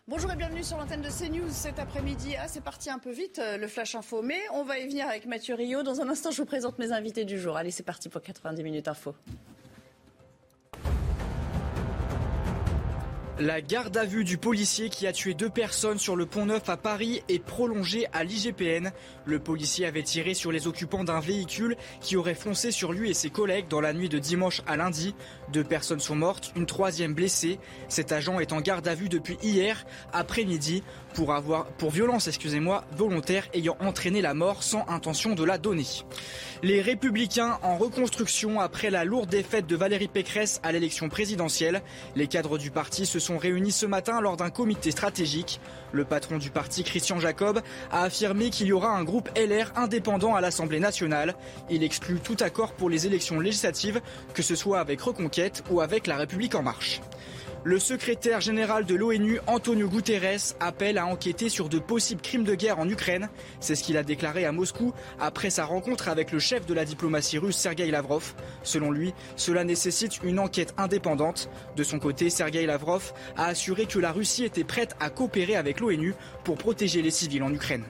Bonjour et bienvenue sur l'antenne de CNews cet après-midi. C'est parti un peu vite le Flash Info, mais on va y venir avec Mathieu Rio. Dans un instant, je vous présente mes invités du jour. Allez, c'est parti pour 90 minutes info. La garde à vue du policier qui a tué 2 personnes sur le Pont-Neuf à Paris est prolongée à l'IGPN. Le policier avait tiré sur les occupants d'un véhicule qui aurait foncé sur lui et ses collègues dans la nuit de dimanche à lundi. 2 personnes sont mortes, une 3e blessée. Cet agent est en garde à vue depuis hier après-midi pour violence volontaire ayant entraîné la mort sans intention de la donner. Les Républicains en reconstruction après la lourde défaite de Valérie Pécresse à l'élection présidentielle. Les cadres du parti se sont réunis ce matin lors d'un comité stratégique. Le patron du parti, Christian Jacob, a affirmé qu'il y aura un groupe LR indépendant à l'Assemblée nationale. Il exclut tout accord pour les élections législatives, que ce soit avec Reconquête ou avec La République En Marche. Le secrétaire général de l'ONU, Antonio Guterres, appelle à enquêter sur de possibles crimes de guerre en Ukraine. C'est ce qu'il a déclaré à Moscou après sa rencontre avec le chef de la diplomatie russe, Sergueï Lavrov. Selon lui, cela nécessite une enquête indépendante. De son côté, Sergueï Lavrov a assuré que la Russie était prête à coopérer avec l'ONU pour protéger les civils en Ukraine.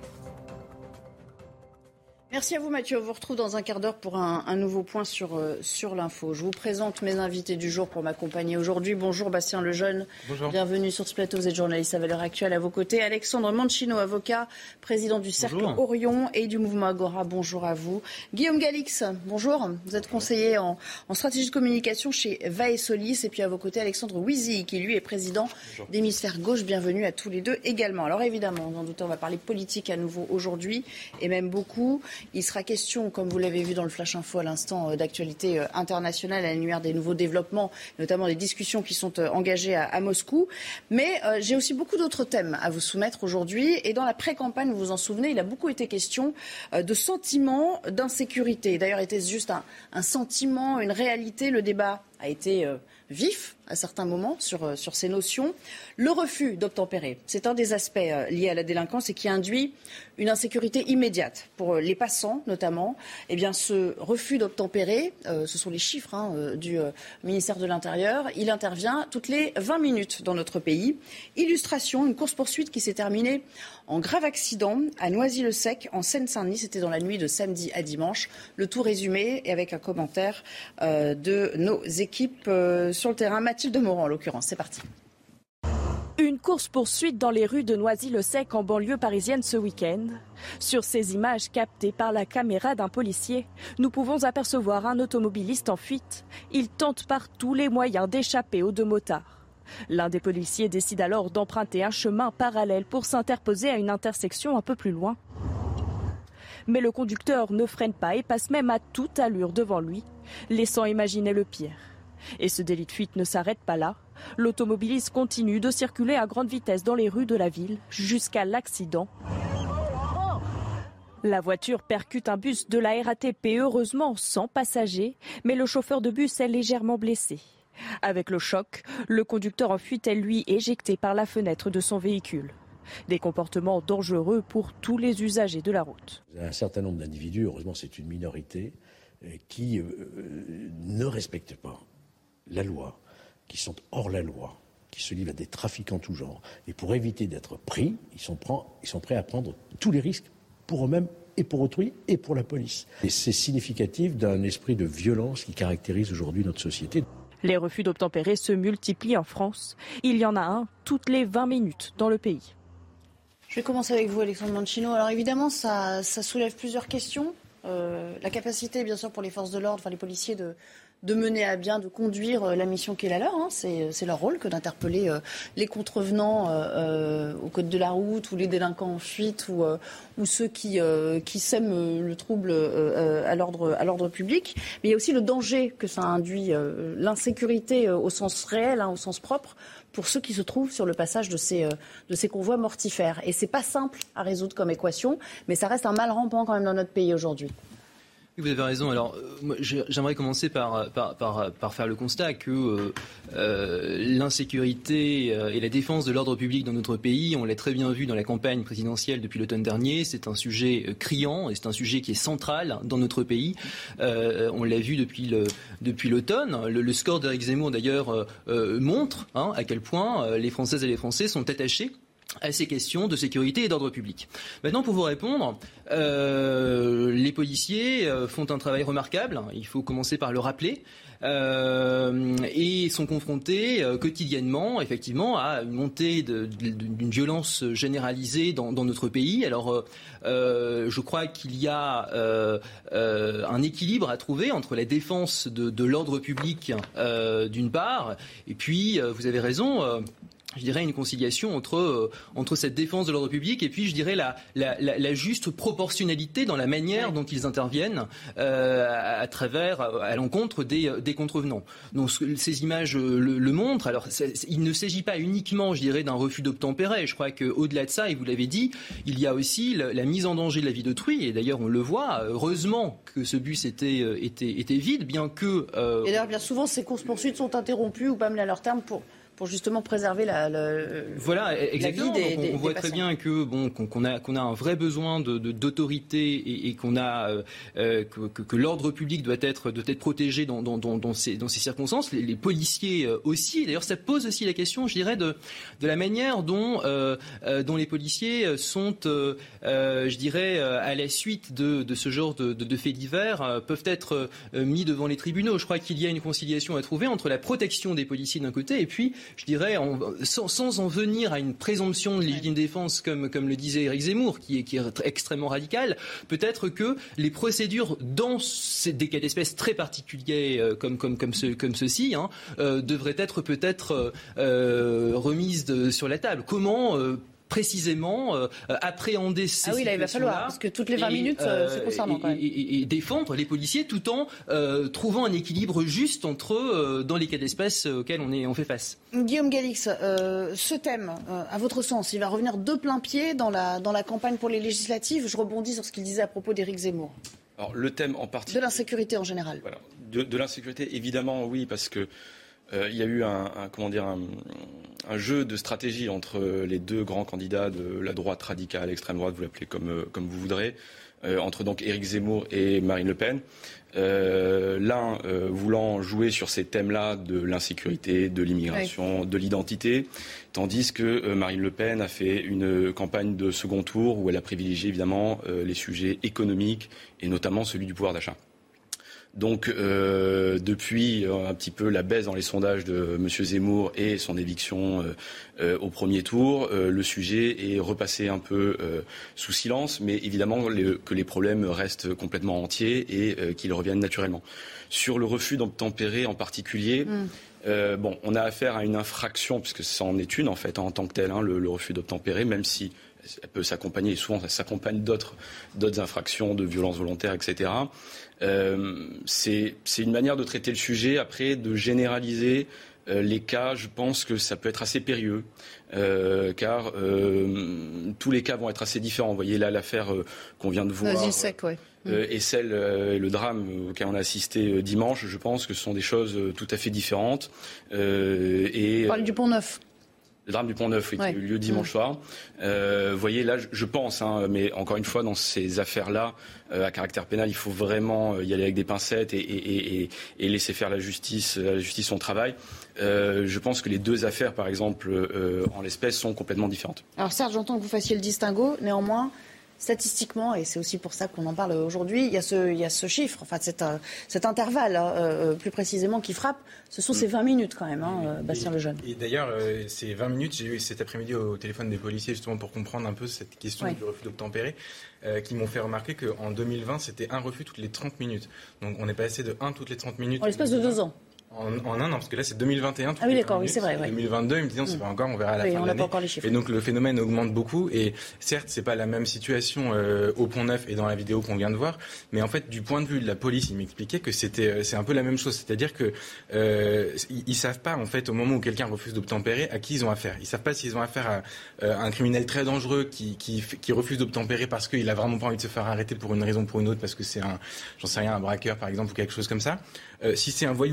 Merci à vous Mathieu, on vous retrouve dans un quart d'heure pour un nouveau point sur l'info. Je vous présente mes invités du jour pour m'accompagner aujourd'hui. Bonjour Bastien Lejeune, bonjour. Bienvenue sur ce plateau, vous êtes journaliste à Valeurs Actuelles. À vos côtés, Alexandre Mancino, avocat, président du Cercle Orion et du mouvement Agora. Bonjour à vous. Guillaume Galix, bonjour, vous êtes conseiller en stratégie de communication chez Vae Solis. Et puis à vos côtés, Alexandre Wizy, qui lui est président d'Hémisphère Gauche. Bienvenue à tous les deux également. Alors évidemment, sans doute, on va parler politique à nouveau aujourd'hui et même beaucoup. Il sera question, comme vous l'avez vu dans le Flash Info à l'instant, d'actualité internationale à la lumière des nouveaux développements, notamment des discussions qui sont engagées à Moscou. Mais j'ai aussi beaucoup d'autres thèmes à vous soumettre aujourd'hui. Et dans la pré-campagne, vous vous en souvenez, il a beaucoup été question de sentiment d'insécurité. D'ailleurs, était-ce juste un sentiment, une réalité? Le débat a été vif à certains moments sur ces notions. Le refus d'obtempérer, c'est un des aspects liés à la délinquance et qui induit une insécurité immédiate pour les passants notamment. Eh bien, ce refus d'obtempérer, ce sont les chiffres du ministère de l'Intérieur, il intervient toutes les 20 minutes dans notre pays. Illustration, une course-poursuite qui s'est terminée en grave accident à Noisy-le-Sec en Seine-Saint-Denis. C'était dans la nuit de samedi à dimanche. Le tout résumé et avec un commentaire de nos équipes sur le terrain. Mathilde Moreau en l'occurrence. C'est parti. Une course-poursuite dans les rues de Noisy-le-Sec en banlieue parisienne ce week-end. Sur ces images captées par la caméra d'un policier, nous pouvons apercevoir un automobiliste en fuite. Il tente par tous les moyens d'échapper aux 2 motards. L'un des policiers décide alors d'emprunter un chemin parallèle pour s'interposer à une intersection un peu plus loin. Mais le conducteur ne freine pas et passe même à toute allure devant lui, laissant imaginer le pire. Et ce délit de fuite ne s'arrête pas là. L'automobiliste continue de circuler à grande vitesse dans les rues de la ville jusqu'à l'accident. La voiture percute un bus de la RATP, heureusement sans passagers, mais le chauffeur de bus est légèrement blessé. Avec le choc, le conducteur en fuite est lui éjecté par la fenêtre de son véhicule. Des comportements dangereux pour tous les usagers de la route. Un certain nombre d'individus, heureusement c'est une minorité, qui ne respectent pas la loi, qui sont hors la loi, qui se livrent à des trafics en tout genre. Et pour éviter d'être pris, ils sont prêts à prendre tous les risques pour eux-mêmes et pour autrui et pour la police. Et c'est significatif d'un esprit de violence qui caractérise aujourd'hui notre société. Les refus d'obtempérer se multiplient en France. Il y en a un toutes les 20 minutes dans le pays. Je vais commencer avec vous, Alexandre Mancino. Alors évidemment, ça soulève plusieurs questions. La capacité, bien sûr, pour les forces de l'ordre, enfin les policiers, de mener à bien, de conduire la mission qui est la leur. C'est leur rôle que d'interpeller les contrevenants au code de la route ou les délinquants en fuite ou ceux qui sèment le trouble à l'ordre public. Mais il y a aussi le danger que ça induit, l'insécurité au sens réel, au sens propre, pour ceux qui se trouvent sur le passage de ces convois mortifères. Et c'est pas simple à résoudre comme équation, mais ça reste un mal rampant quand même dans notre pays aujourd'hui. Vous avez raison. Alors, moi, j'aimerais commencer par faire le constat que l'insécurité et la défense de l'ordre public dans notre pays, on l'a très bien vu dans la campagne présidentielle depuis l'automne dernier, c'est un sujet criant et c'est un sujet qui est central dans notre pays. On l'a vu depuis l'automne. Le score d'Éric Zemmour, d'ailleurs, montre à quel point les Françaises et les Français sont attachés à ces questions de sécurité et d'ordre public. Maintenant, pour vous répondre, les policiers font un travail remarquable, il faut commencer par le rappeler, et sont confrontés quotidiennement, effectivement, à une montée d'une violence généralisée dans notre pays. Alors, je crois qu'il y a un équilibre à trouver entre la défense de l'ordre public, d'une part, et puis, vous avez raison, je dirais une conciliation entre cette défense de l'ordre public et puis je dirais la juste proportionnalité dans la manière dont ils interviennent à l'encontre des contrevenants. Donc ces images le montrent. Alors il ne s'agit pas uniquement, je dirais, d'un refus d'obtempérer. Je crois qu'au-delà de ça, et vous l'avez dit, il y a aussi la mise en danger de la vie d'autrui. Et d'ailleurs on le voit. Heureusement que ce bus était vide, bien que. Et d'ailleurs bien souvent ces courses-poursuites sont interrompues ou pas amenées à leur terme pour justement préserver voilà, exactement. La vie des on voit passants. très bien que qu'on a un vrai besoin d'autorité et qu'on a que l'ordre public doit être protégé dans ces circonstances. Les policiers aussi. D'ailleurs, ça pose aussi la question, je dirais, de la manière dont les policiers sont, je dirais, à la suite de ce genre de faits divers, peuvent être mis devant les tribunaux. Je crois qu'il y a une conciliation à trouver entre la protection des policiers d'un côté et puis je dirais, sans en venir à une présomption de légitime défense, comme le disait Éric Zemmour, qui est extrêmement radical, peut-être que les procédures dans des cas d'espèce très particuliers comme ceux-ci devraient être peut-être remises sur la table. Comment précisément appréhender ces situations-là. Ah oui, là, il va falloir, parce que toutes les 20 minutes, c'est concernant quand même. Et défendre les policiers tout en trouvant un équilibre juste entre eux dans les cas d'espèce auxquels on fait face. Guillaume Galix, ce thème, à votre sens, il va revenir de plein pied dans la campagne pour les législatives. Je rebondis sur ce qu'il disait à propos d'Éric Zemmour. Alors, le thème en particulier... De l'insécurité en général. Voilà. De l'insécurité, évidemment, oui, parce que il y a eu un jeu de stratégie entre les deux grands candidats de la droite radicale, extrême droite, vous l'appelez comme vous voudrez, entre donc Éric Zemmour et Marine Le Pen. L'un voulant jouer sur ces thèmes-là de l'insécurité, de l'immigration, de l'identité, tandis que Marine Le Pen a fait une campagne de second tour où elle a privilégié évidemment les sujets économiques et notamment celui du pouvoir d'achat. Donc depuis un petit peu la baisse dans les sondages de M. Zemmour et son éviction au premier tour, le sujet est repassé un peu sous silence, mais évidemment que les problèmes restent complètement entiers et qu'ils reviennent naturellement. Sur le refus d'obtempérer en particulier, on a affaire à une infraction, puisque ça en est une en fait en tant que telle, le refus d'obtempérer, même si elle peut s'accompagner, et souvent ça s'accompagne d'autres infractions, de violences volontaires, etc. C'est une manière de traiter le sujet, après de généraliser les cas. Je pense que ça peut être assez périlleux, car tous les cas vont être assez différents. Vous voyez là l'affaire qu'on vient de voir et le drame auquel on a assisté dimanche, je pense que ce sont des choses tout à fait différentes. On parle du Pont-Neuf. Le drame du Pont-Neuf, qui a eu lieu dimanche soir. Vous voyez, là, je pense, mais encore une fois, dans ces affaires-là, à caractère pénal, il faut vraiment y aller avec des pincettes et laisser faire la justice son travail. Je pense que les deux affaires, par exemple, en l'espèce, sont complètement différentes. Alors Serge, j'entends que vous fassiez le distinguo, néanmoins... Statistiquement, et c'est aussi pour ça qu'on en parle aujourd'hui, il y a ce chiffre, enfin cet intervalle plus précisément qui frappe, ce sont ces 20 minutes quand même, Bastien Lejeune. Et d'ailleurs, ces 20 minutes, j'ai eu cet après-midi au téléphone des policiers justement pour comprendre un peu cette question du refus d'obtempérer, qui m'ont fait remarquer qu'en 2020, c'était un refus toutes les 30 minutes. Donc on est passé de 1 toutes les 30 minutes. En l'espace de 2 ans. En un an, parce que là c'est 2021. Ah oui, d'accord, oui, c'est vrai. 2022, ils me disaient, c'est pas encore, on verra à la fin de l'année. On n'a pas encore les chiffres. Et donc le phénomène augmente beaucoup. Et certes, c'est pas la même situation au Pont-Neuf et dans la vidéo qu'on vient de voir, mais en fait, du point de vue de la police, ils m'expliquaient que c'est un peu la même chose. C'est-à-dire que ils savent pas en fait au moment où quelqu'un refuse d'obtempérer à qui ils ont affaire. Ils savent pas s'ils ont affaire à un criminel très dangereux qui refuse d'obtempérer parce qu'il a vraiment pas envie de se faire arrêter pour une raison ou pour une autre, parce que c'est un braqueur par exemple ou quelque chose comme ça. Si c'est un voyou du quotidien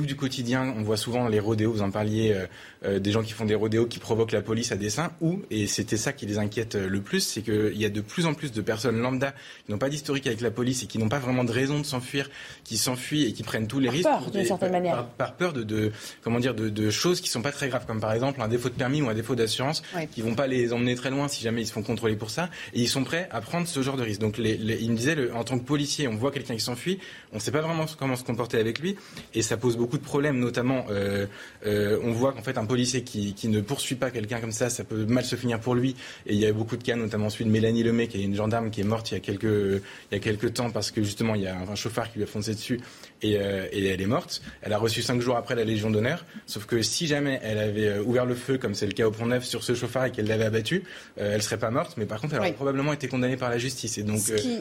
quotidien, on voit souvent les rodéos, vous en parliez, des gens qui font des rodéos qui provoquent la police à dessein, et c'était ça qui les inquiète le plus, c'est qu'il y a de plus en plus de personnes lambda qui n'ont pas d'historique avec la police et qui n'ont pas vraiment de raison de s'enfuir, qui s'enfuient et qui prennent tous les risques. Par peur, d'une certaine manière. Par peur de choses qui sont pas très graves, comme par exemple un défaut de permis ou un défaut d'assurance, qui vont pas les emmener très loin si jamais ils se font contrôler pour ça, et ils sont prêts à prendre ce genre de risque. Donc il me disait, en tant que policier, on voit quelqu'un qui s'enfuit, on sait pas vraiment comment se comporter avec lui, et ça pose beaucoup de problèmes, notamment on voit qu'en fait un policier qui ne poursuit pas quelqu'un comme ça peut mal se finir pour lui, et il y a beaucoup de cas, notamment celui de Mélanie Lemay, qui est une gendarme qui est morte il y a quelques temps parce que justement il y a un chauffard qui lui a foncé dessus, et elle est morte. Elle a reçu 5 jours après la Légion d'honneur, sauf que si jamais elle avait ouvert le feu, comme c'est le cas au Pont-Neuf, sur ce chauffard et qu'elle l'avait abattu, elle serait pas morte, mais par contre elle aurait probablement été condamnée par la justice. Et donc,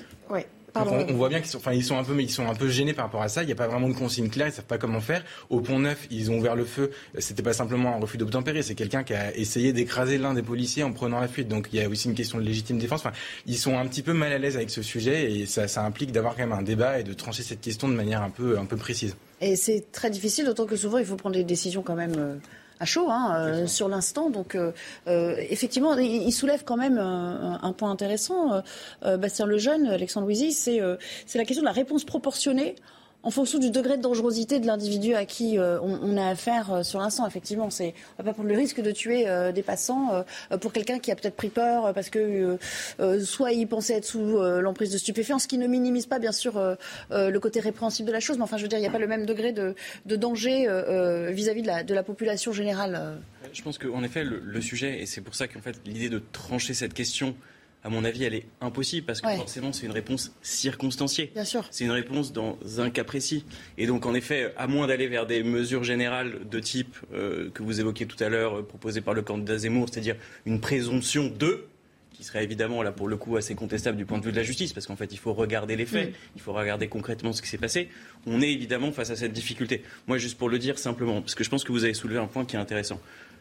on voit bien qu'ils sont un peu gênés par rapport à ça. Il n'y a pas vraiment de consigne claire, ils savent pas comment faire. Au Pont-Neuf, ils ont ouvert le feu. C'était pas simplement un refus d'obtempérer, c'est quelqu'un qui a essayé d'écraser l'un des policiers en prenant la fuite. Donc il y a aussi une question de légitime défense. Enfin, ils sont un petit peu mal à l'aise avec ce sujet, et ça implique d'avoir quand même un débat et de trancher cette question de manière un peu précise. Et c'est très difficile, d'autant que souvent il faut prendre des décisions quand même à chaud sur l'instant. Donc effectivement, il soulève quand même un point intéressant, Bastien Lejeune, Alexandre Loisy, c'est la question de la réponse proportionnée en fonction du degré de dangerosité de l'individu à qui on a affaire sur l'instant. Effectivement, on ne va pas prendre le risque de tuer des passants pour quelqu'un qui a peut-être pris peur parce que soit il pensait être sous l'emprise de stupéfiants, ce qui ne minimise pas bien sûr le côté répréhensible de la chose. Mais enfin, je veux dire, il n'y a pas le même degré de danger vis-à-vis de la population générale. Je pense qu'en effet, le sujet, et c'est pour ça qu'en fait l'idée de trancher cette question, à mon avis, elle est impossible parce que forcément, c'est une réponse circonstanciée. Bien sûr. C'est une réponse dans un cas précis. Et donc, en effet, à moins d'aller vers des mesures générales de type que vous évoquiez tout à l'heure, proposées par le candidat Zemmour, c'est-à-dire une présomption qui serait évidemment, là, pour le coup, assez contestable du point de vue de la justice, parce qu'en fait, il faut regarder les faits, il faut regarder concrètement ce qui s'est passé. On est évidemment face à cette difficulté. Moi, juste pour le dire simplement, parce que je pense que vous avez soulevé un point qui est intéressant.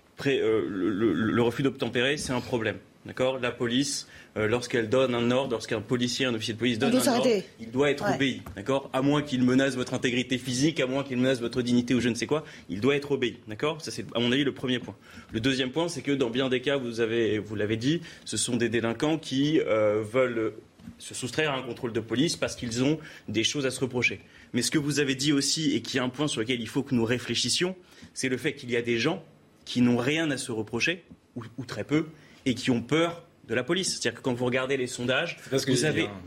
Le refus d'obtempérer, c'est un problème. D'accord ? La police, lorsqu'elle donne un ordre, lorsqu'un policier, un officier de police donne un ordre, il doit être obéi. D'accord ? À moins qu'il menace votre intégrité physique, à moins qu'il menace votre dignité ou je ne sais quoi, il doit être obéi. D'accord ? Ça, c'est, à mon avis, le premier point. Le deuxième point, c'est que dans bien des cas, vous l'avez dit, ce sont des délinquants qui veulent se soustraire à un contrôle de police parce qu'ils ont des choses à se reprocher. Mais ce que vous avez dit aussi, et qui est un point sur lequel il faut que nous réfléchissions, c'est le fait qu'il y a des gens qui n'ont rien à se reprocher, ou très peu, et qui ont peur de la police. C'est-à-dire que quand vous regardez les sondages, vous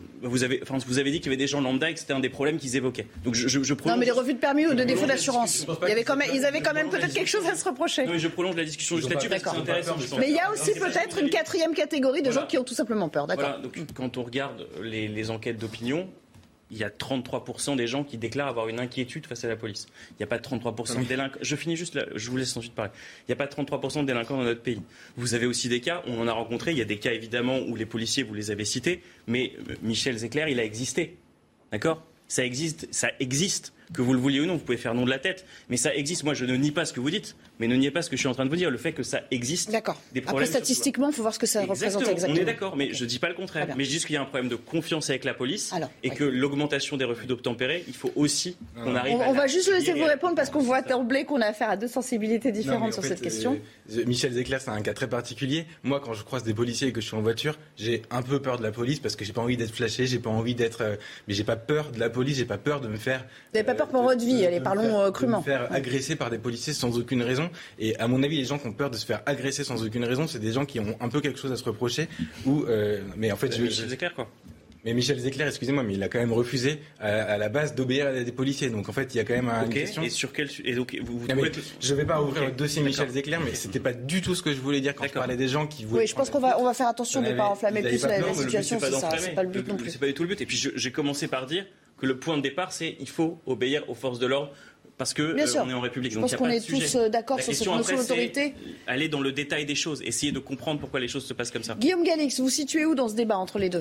avez dit qu'il y avait des gens lambda et que c'était un des problèmes qu'ils évoquaient. Donc je prolonge... Non, mais les refus de permis ou de défaut d'assurance, ils avaient quand même peut-être quelque chose à se reprocher. Non, mais je prolonge la discussion juste là-dessus parce que c'est intéressant. Mais il y a aussi peut-être une quatrième catégorie de gens qui ont tout simplement peur. D'accord. Voilà, donc quand on regarde les enquêtes d'opinion, il y a 33% des gens qui déclarent avoir une inquiétude face à la police. Il n'y a pas de 33% de délinquants. Je finis juste là, je vous laisse ensuite parler. Il n'y a pas de 33% de délinquants dans notre pays. Vous avez aussi des cas, on en a rencontré, il y a des cas évidemment où les policiers, vous les avez cités, mais Michel Zecler, il a existé. D'accord ? Ça existe. Que vous le vouliez ou non, vous pouvez faire non de la tête, mais ça existe. Moi, je ne nie pas ce que vous dites, mais ne niez pas ce que je suis en train de vous dire. Le fait que ça existe. D'accord. Après, statistiquement, il faut voir ce que ça représente exactement. On est d'accord, mais je ne dis pas le contraire. Mais je dis juste qu'il y a un problème de confiance avec la police que l'augmentation des refus d'obtempérer, il faut aussi qu'on arrive On va juste laisser vous répondre parce qu'on voit d'emblée qu'on a affaire à deux sensibilités différentes sur cette question. Michel Zecler, c'est un cas très particulier. Moi, quand je croise des policiers et que je suis en voiture, j'ai un peu peur de la police parce que j'ai pas envie d'être flashé, j'ai pas envie d'être. Mais j'ai pas peur de la police, j'ai pas peur de me faire. Vous n'avez pas peur pour votre vie, parlons crûment. Me faire agresser par des policiers sans aucune raison. Et à mon avis, les gens qui ont peur de se faire agresser sans aucune raison, c'est des gens qui ont un peu quelque chose à se reprocher. Mais en fait, Michel Zecler, quoi. Mais Michel Zecler, excusez-moi, mais il a quand même refusé à la base d'obéir à des policiers. Donc en fait, il y a quand même une question. Et sur quel je vais pas ouvrir le dossier Michel Zecler, mais c'était pas du tout ce que je parlais dire quand je parlais des gens qui voulaient. Oui, je pense qu'on va faire attention de ne pas enflammer plus la situation. C'est pas le but non plus. C'est pas du tout le but. Et puis j'ai commencé par dire que le point de départ, c'est il faut obéir aux forces de l'ordre. Parce que on est en République. Je pense qu'on est tous d'accord sur cette notion d'autorité. Aller dans le détail des choses, essayer de comprendre pourquoi les choses se passent comme ça. Guillaume Galix, vous situez où dans ce débat entre les deux ?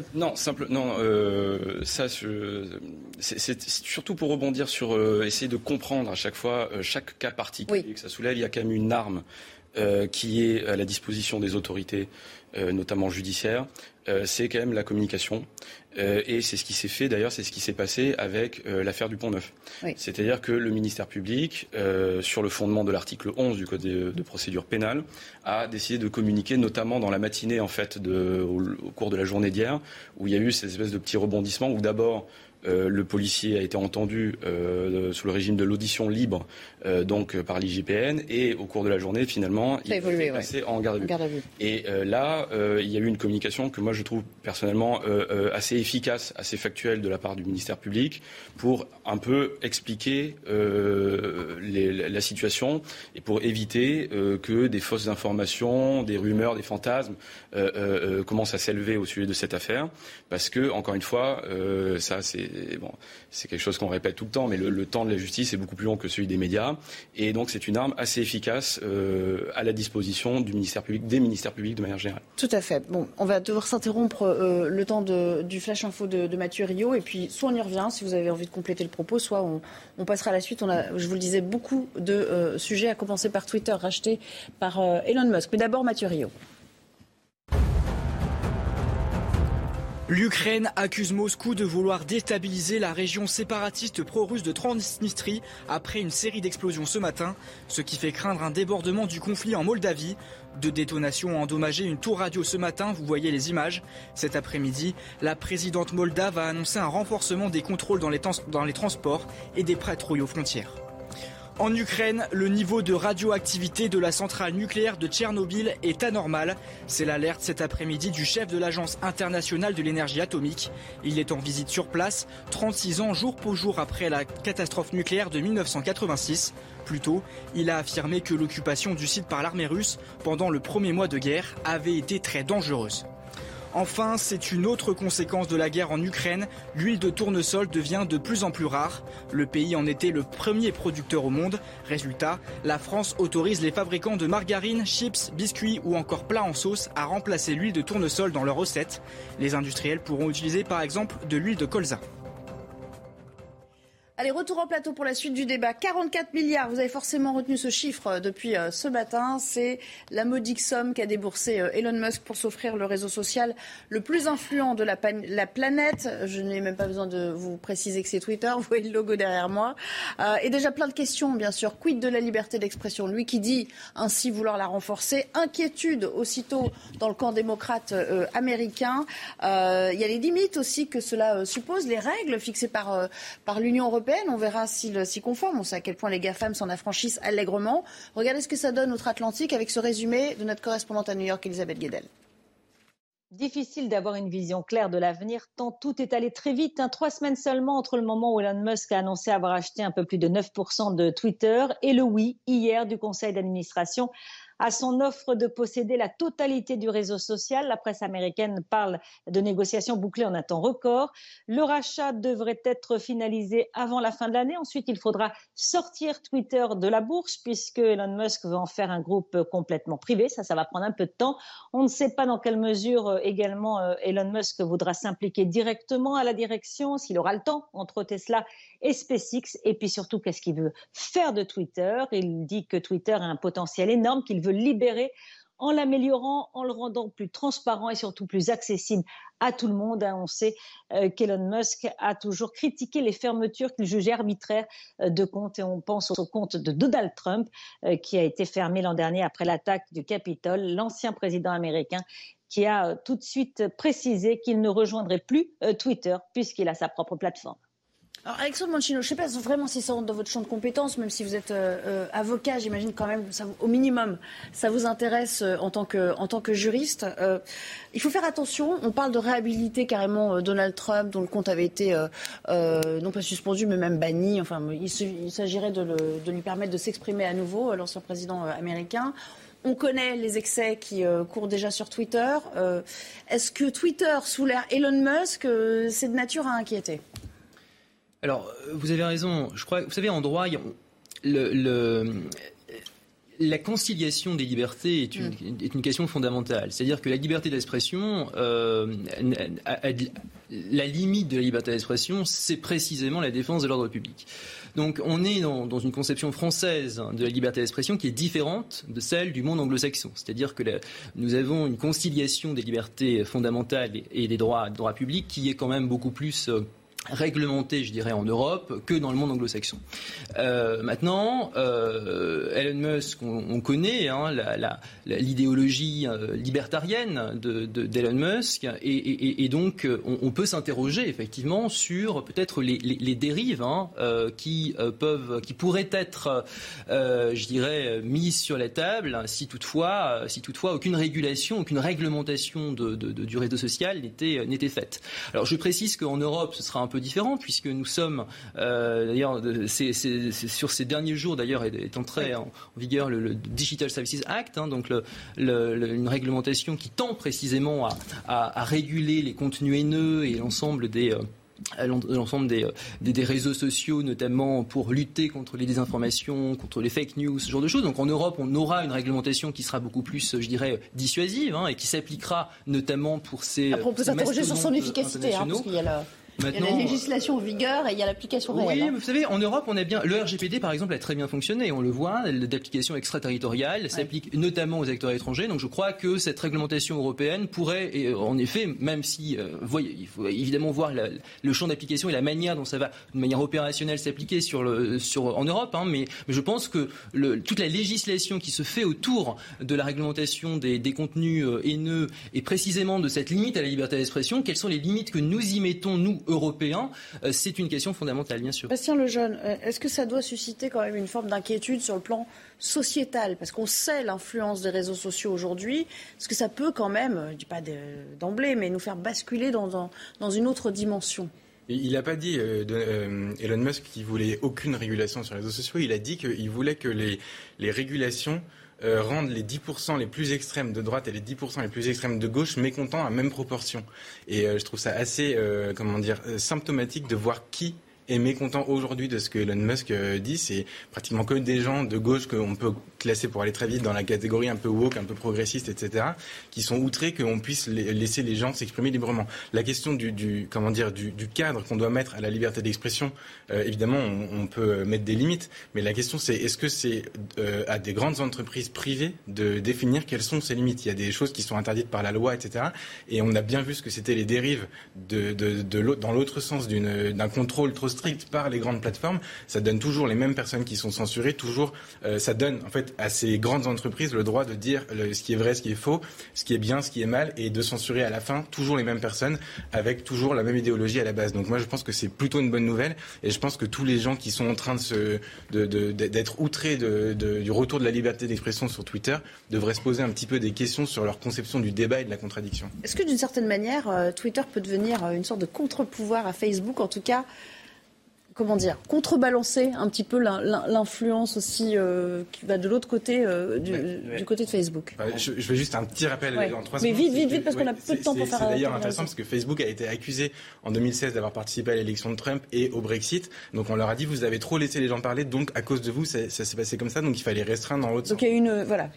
C'est surtout pour rebondir sur essayer de comprendre à chaque fois chaque cas particulier que ça soulève. Il y a quand même une arme qui est à la disposition des autorités, notamment judiciaires. c'est quand même la communication. Et c'est ce qui s'est fait, d'ailleurs, c'est ce qui s'est passé avec l'affaire du Pont-Neuf. Oui. C'est-à-dire que le ministère public, sur le fondement de l'article 11 du Code de procédure pénale, a décidé de communiquer, notamment dans la matinée, en fait, au cours de la journée d'hier, où il y a eu ces espèces de petits rebondissements, où d'abord, le policier a été entendu sous le régime de l'audition libre, donc par l'IGPN, et au cours de la journée, finalement, il est passé en garde à vue. Et là, il y a eu une communication que moi je trouve personnellement assez efficace, assez factuelle de la part du ministère public, pour un peu expliquer la situation et pour éviter que des fausses informations, des rumeurs, des fantasmes commencent à s'élever au sujet de cette affaire, parce que encore une fois, ça c'est quelque chose qu'on répète tout le temps, mais le temps de la justice est beaucoup plus long que celui des médias, et donc c'est une arme assez efficace à la disposition du ministère public, des ministères publics de manière générale. Tout à fait. Bon, on va devoir s'interrompre le temps du flash info de Mathieu Rio, et puis soit on y revient si vous avez envie de compléter le propos, soit on passera à la suite. On a, je vous le disais, beaucoup de sujets, à commencer par Twitter racheté par Elon Musk. Mais d'abord Mathieu Rio. L'Ukraine accuse Moscou de vouloir déstabiliser la région séparatiste pro-russe de Transnistrie après une série d'explosions ce matin, ce qui fait craindre un débordement du conflit en Moldavie. 2 détonations ont endommagé une tour radio ce matin, vous voyez les images. Cet après-midi, la présidente moldave a annoncé un renforcement des contrôles dans les transports et des patrouilles aux frontières. En Ukraine, le niveau de radioactivité de la centrale nucléaire de Tchernobyl est anormal. C'est l'alerte cet après-midi du chef de l'Agence internationale de l'énergie atomique. Il est en visite sur place, 36 ans jour pour jour après la catastrophe nucléaire de 1986. Plus tôt, il a affirmé que l'occupation du site par l'armée russe pendant le premier mois de guerre avait été très dangereuse. Enfin, c'est une autre conséquence de la guerre en Ukraine. L'huile de tournesol devient de plus en plus rare. Le pays en était le premier producteur au monde. Résultat, la France autorise les fabricants de margarine, chips, biscuits ou encore plats en sauce à remplacer l'huile de tournesol dans leurs recettes. Les industriels pourront utiliser par exemple de l'huile de colza. Allez, retour en plateau pour la suite du débat. 44 milliards, vous avez forcément retenu ce chiffre depuis ce matin. C'est la modique somme qu'a déboursé Elon Musk pour s'offrir le réseau social le plus influent de la planète. Je n'ai même pas besoin de vous préciser que c'est Twitter. Vous voyez le logo derrière moi. Et déjà plein de questions, bien sûr. Quid de la liberté d'expression? Lui qui dit ainsi vouloir la renforcer. Inquiétude aussitôt dans le camp démocrate américain. Il y a les limites aussi que cela suppose, les règles fixées par l'Union européenne. On verra s'il s'y conforme. On sait à quel point les GAFAM s'en affranchissent allègrement. Regardez ce que ça donne outre-Atlantique avec ce résumé de notre correspondante à New York, Elisabeth Guedel. Difficile d'avoir une vision claire de l'avenir tant tout est allé très vite. 3 semaines seulement entre le moment où Elon Musk a annoncé avoir acheté un peu plus de 9% de Twitter et le oui hier du conseil d'administration à son offre de posséder la totalité du réseau social. La presse américaine parle de négociations bouclées en un temps record. Le rachat devrait être finalisé avant la fin de l'année. Ensuite, il faudra sortir Twitter de la bourse puisque Elon Musk veut en faire un groupe complètement privé. Ça va prendre un peu de temps. On ne sait pas dans quelle mesure également Elon Musk voudra s'impliquer directement à la direction, s'il aura le temps entre Tesla et SpaceX. Et puis surtout, qu'est-ce qu'il veut faire de Twitter? Il dit que Twitter a un potentiel énorme, qu'il veut libérer en l'améliorant, en le rendant plus transparent et surtout plus accessible à tout le monde. On sait qu'Elon Musk a toujours critiqué les fermetures qu'il jugeait arbitraires de comptes. Et on pense au compte de Donald Trump qui a été fermé l'an dernier après l'attaque du Capitole. L'ancien président américain qui a tout de suite précisé qu'il ne rejoindrait plus Twitter puisqu'il a sa propre plateforme. Alors Alexandre Mancino, je ne sais pas vraiment si ça rentre dans votre champ de compétences, même si vous êtes avocat, j'imagine quand même, au minimum, ça vous intéresse en tant que juriste. Il faut faire attention, on parle de réhabiliter carrément Donald Trump, dont le compte avait été non pas suspendu, mais même banni. Enfin, il s'agirait de lui permettre de s'exprimer à nouveau, l'ancien président américain. On connaît les excès qui courent déjà sur Twitter. Est-ce que Twitter, sous l'ère Elon Musk, c'est de nature à inquiéter ? Alors, vous avez raison. Je crois, vous savez, en droit, La conciliation des libertés est une question fondamentale. C'est-à-dire que la liberté d'expression, la limite de la liberté d'expression, c'est précisément la défense de l'ordre public. Donc on est dans une conception française de la liberté d'expression qui est différente de celle du monde anglo-saxon. C'est-à-dire que nous avons une conciliation des libertés fondamentales et des droits publics qui est quand même beaucoup plus réglementé, je dirais, en Europe que dans le monde anglo-saxon. Maintenant, Elon Musk, on connaît l'idéologie libertarienne d'Elon Musk, et donc on peut s'interroger effectivement sur peut-être les dérives qui pourraient être, je dirais, mises sur la table si toutefois aucune régulation, aucune réglementation du réseau social n'était faite. Alors je précise qu'en Europe, ce sera un peu différent puisque nous sommes d'ailleurs c'est sur ces derniers jours d'ailleurs est entré en vigueur le Digital Services Act, donc une réglementation qui tend précisément à réguler les contenus haineux et l'ensemble des réseaux sociaux, notamment pour lutter contre les désinformations, contre les fake news, ce genre de choses. Donc en Europe, on aura une réglementation qui sera beaucoup plus, je dirais, dissuasive et qui s'appliquera notamment pour ces. Après, on peut s'interroger sur son efficacité, parce qu'il y a il y a la législation en vigueur et il y a l'application réelle. Oui, vous savez, en Europe, on a bien le RGPD, par exemple, a très bien fonctionné. On le voit, d'application extraterritoriale, s'applique notamment aux acteurs étrangers. Donc, je crois que cette réglementation européenne pourrait, en effet, même si, il faut évidemment voir le champ d'application et la manière dont ça va, de manière opérationnelle, s'appliquer en Europe. Mais je pense que toute la législation qui se fait autour de la réglementation des contenus haineux et précisément de cette limite à la liberté d'expression, quelles sont les limites que nous y mettons, nous, Européens, c'est une question fondamentale, bien sûr. Bastien Lejeune, est-ce que ça doit susciter quand même une forme d'inquiétude sur le plan sociétal ? Parce qu'on sait l'influence des réseaux sociaux aujourd'hui. Est-ce que ça peut quand même, je ne dis pas d'emblée, mais nous faire basculer dans une autre dimension ? Il n'a pas dit, Elon Musk, qu'il voulait aucune régulation sur les réseaux sociaux. Il a dit qu'il voulait que les régulations rendent les 10% les plus extrêmes de droite et les 10% les plus extrêmes de gauche mécontents à même proportion. Et je trouve ça assez, symptomatique de voir qui est mécontent aujourd'hui de ce que Elon Musk dit. C'est pratiquement que des gens de gauche qu'on peut classer pour aller très vite dans la catégorie un peu woke, un peu progressiste, etc., qui sont outrés qu'on puisse laisser les gens s'exprimer librement. La question du cadre qu'on doit mettre à la liberté d'expression, évidemment, on peut mettre des limites, mais la question c'est est-ce que c'est à des grandes entreprises privées de définir quelles sont ces limites ? Il y a des choses qui sont interdites par la loi, etc., et on a bien vu ce que c'était les dérives dans l'autre sens d'un contrôle trop strict par les grandes plateformes. Ça donne toujours les mêmes personnes qui sont censurées, toujours ça donne en fait à ces grandes entreprises le droit de dire ce qui est vrai, ce qui est faux, ce qui est bien, ce qui est mal, et de censurer à la fin toujours les mêmes personnes avec toujours la même idéologie à la base. Donc moi je pense que c'est plutôt une bonne nouvelle, et je pense que tous les gens qui sont en train d'être outrés du retour de la liberté d'expression sur Twitter devraient se poser un petit peu des questions sur leur conception du débat et de la contradiction. Est-ce que d'une certaine manière Twitter peut devenir une sorte de contre-pouvoir à Facebook, en tout cas contrebalancer un petit peu l'influence aussi qui va de l'autre côté, du côté de Facebook. Je fais juste un petit rappel en 3 secondes. Mais vite, parce qu'on a peu de temps pour faire. C'est d'ailleurs intéressant parce que Facebook a été accusé en 2016 d'avoir participé à l'élection de Trump et au Brexit. Donc on leur a dit vous avez trop laissé les gens parler, donc à cause de vous ça s'est passé comme ça, donc il fallait restreindre dans l'autre sens. Donc il y a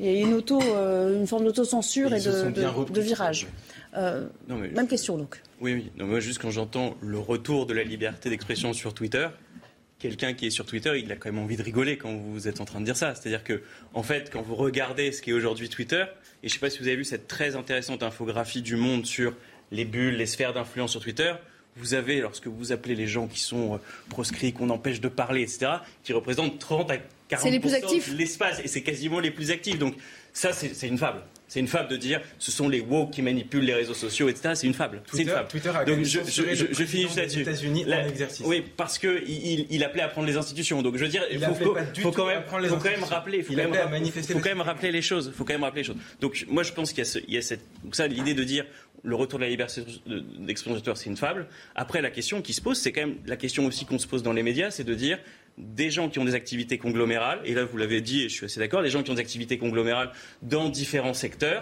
une forme d'autocensure et de virage. Même question donc. Oui. Non, moi, juste quand j'entends le retour de la liberté d'expression sur Twitter, quelqu'un qui est sur Twitter, il a quand même envie de rigoler quand vous êtes en train de dire ça. C'est-à-dire que, en fait, quand vous regardez ce qu'est aujourd'hui Twitter, et je ne sais pas si vous avez vu cette très intéressante infographie du Monde sur les bulles, les sphères d'influence sur Twitter, vous avez, lorsque vous appelez les gens qui sont proscrits, qu'on empêche de parler, etc., qui représentent 30 à 40% de l'espace, et c'est quasiment les plus actifs. Donc ça, c'est une fable. C'est une fable de dire ce sont les woke qui manipulent les réseaux sociaux, etc. C'est une fable. Twitter a donc je finis juste là-dessus. États-Unis en exercice. Oui, parce que il appelait à prendre les institutions. Donc je veux dire, il faut quand même rappeler. Faut quand même rappeler les choses. Donc moi je pense qu'il y a cette. Donc ça, l'idée de dire le retour de la liberté d'expression, c'est une fable. Après, la question qui se pose, c'est quand même la question aussi qu'on se pose dans les médias, c'est de dire des gens qui ont des activités conglomérales, et là vous l'avez dit et je suis assez d'accord, des gens qui ont des activités conglomérales dans différents secteurs,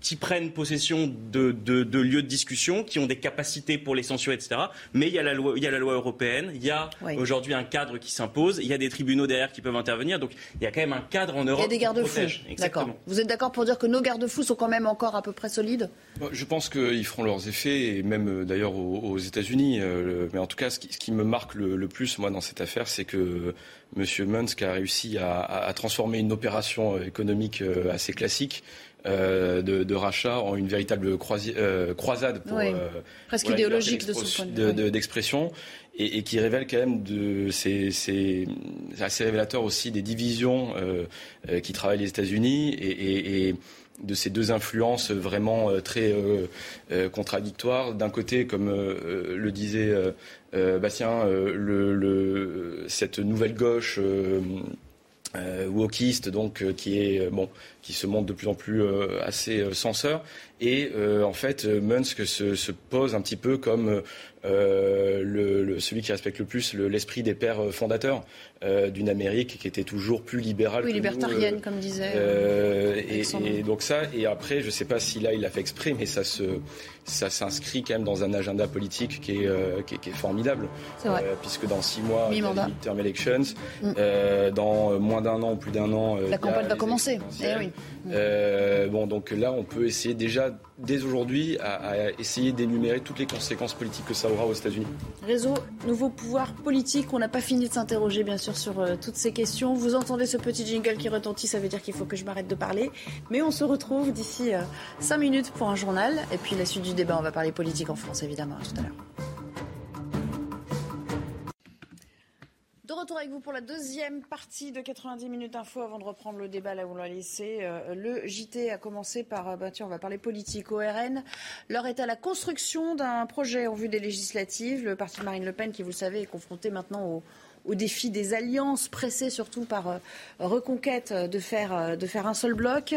qui prennent possession de lieux de discussion, qui ont des capacités pour les censurer, etc. Mais il y a la loi européenne, il y a aujourd'hui un cadre qui s'impose, il y a des tribunaux derrière qui peuvent intervenir, donc il y a quand même un cadre en Europe. Il y a des garde-fous. D'accord. Vous êtes d'accord pour dire que nos garde-fous sont quand même encore à peu près solides ? Je pense qu'ils feront leurs effets, et même d'ailleurs aux États-Unis. Mais en tout cas, ce qui me marque le plus, moi, dans cette affaire, c'est que M. Musk a réussi à transformer une opération économique assez classique de rachat en une véritable croisade pour, presque idéologique de ce point de vue d'expression, et qui révèle quand même c'est assez révélateur aussi des divisions qui travaillent les États-Unis et de ces deux influences vraiment très contradictoires. D'un côté, comme le disait Bastien, cette nouvelle gauche wokiste, donc qui se montre de plus en plus assez censeur, et en fait Musk se pose un petit peu comme celui qui respecte le plus l'esprit des pères fondateurs d'une Amérique qui était toujours plus libérale que libertarienne, comme disait et donc ça, et après je sais pas si là il l'a fait exprès, mais ça s'inscrit quand même dans un agenda politique qui est formidable. C'est vrai. Puisque dans 6 mois il y a les midterm elections, dans moins d'un an ou plus d'un an la campagne va commencer. Donc là on peut essayer déjà dès aujourd'hui à essayer d'énumérer toutes les conséquences politiques que ça aura aux États-Unis. Réseau Nouveau Pouvoir Politique, on n'a pas fini de s'interroger bien sûr sur toutes ces questions. Vous entendez ce petit jingle qui retentit, ça veut dire qu'il faut que je m'arrête de parler. Mais on se retrouve d'ici 5 minutes pour un journal. Et puis la suite du débat, on va parler politique en France évidemment, à tout à l'heure. De retour avec vous pour la deuxième partie de 90 minutes info. Avant de reprendre le débat là où on l'a laissé, le JT a commencé par, on va parler politique au RN. L'heure est à la construction d'un projet en vue des législatives. Le parti de Marine Le Pen, qui vous le savez, est confronté maintenant au défi des alliances, pressées surtout par Reconquête de faire un seul bloc.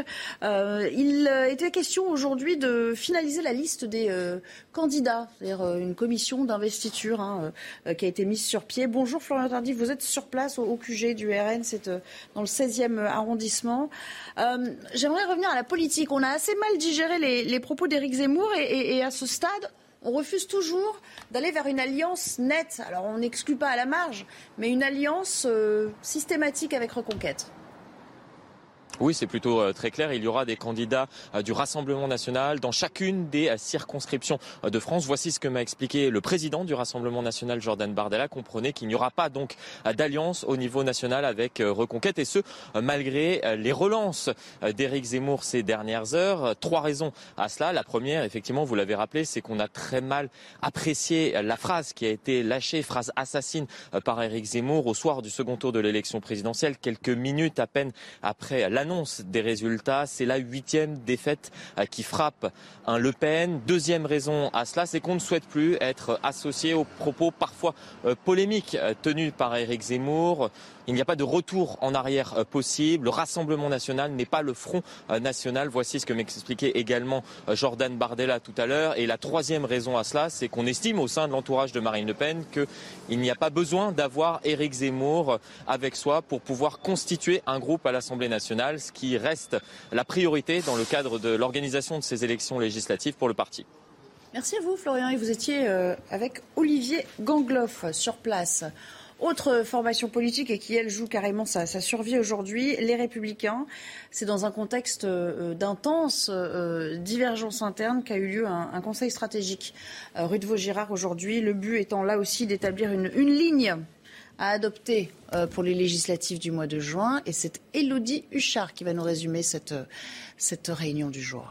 Il était question aujourd'hui de finaliser la liste des candidats, c'est-à-dire une commission d'investiture qui a été mise sur pied. Bonjour Florian Tardif, vous êtes sur place au QG du RN, c'est dans le 16e arrondissement. J'aimerais revenir à la politique. On a assez mal digéré les propos d'Éric Zemmour et à ce stade, on refuse toujours d'aller vers une alliance nette. Alors on n'exclut pas à la marge, mais une alliance systématique avec Reconquête. Oui, c'est plutôt très clair. Il y aura des candidats du Rassemblement national dans chacune des circonscriptions de France. Voici ce que m'a expliqué le président du Rassemblement national, Jordan Bardella. Comprenez qu'il n'y aura pas donc d'alliance au niveau national avec Reconquête, et ce, malgré les relances d'Éric Zemmour ces dernières heures. 3 raisons à cela. La première, effectivement, vous l'avez rappelé, c'est qu'on a très mal apprécié la phrase qui a été lâchée, phrase assassine par Éric Zemmour au soir du second tour de l'élection présidentielle, quelques minutes à peine après l'annonce des résultats. C'est la 8e défaite qui frappe un Le Pen. Deuxième raison à cela, c'est qu'on ne souhaite plus être associé aux propos parfois polémiques tenus par Éric Zemmour. Il n'y a pas de retour en arrière possible. Le Rassemblement national n'est pas le Front national. Voici ce que m'expliquait également Jordan Bardella tout à l'heure. Et la troisième raison à cela, c'est qu'on estime au sein de l'entourage de Marine Le Pen qu'il n'y a pas besoin d'avoir Éric Zemmour avec soi pour pouvoir constituer un groupe à l'Assemblée nationale, ce qui reste la priorité dans le cadre de l'organisation de ces élections législatives pour le parti. Merci à vous Florian, et vous étiez avec Olivier Gangloff sur place. Autre formation politique et qui, elle, joue carrément sa survie aujourd'hui, les Républicains. C'est dans un contexte d'intense divergence interne qu'a eu lieu un conseil stratégique rue de Vaugirard aujourd'hui. Le but étant là aussi d'établir une ligne à adopter pour les législatives du mois de juin. Et c'est Élodie Huchard qui va nous résumer cette réunion du jour.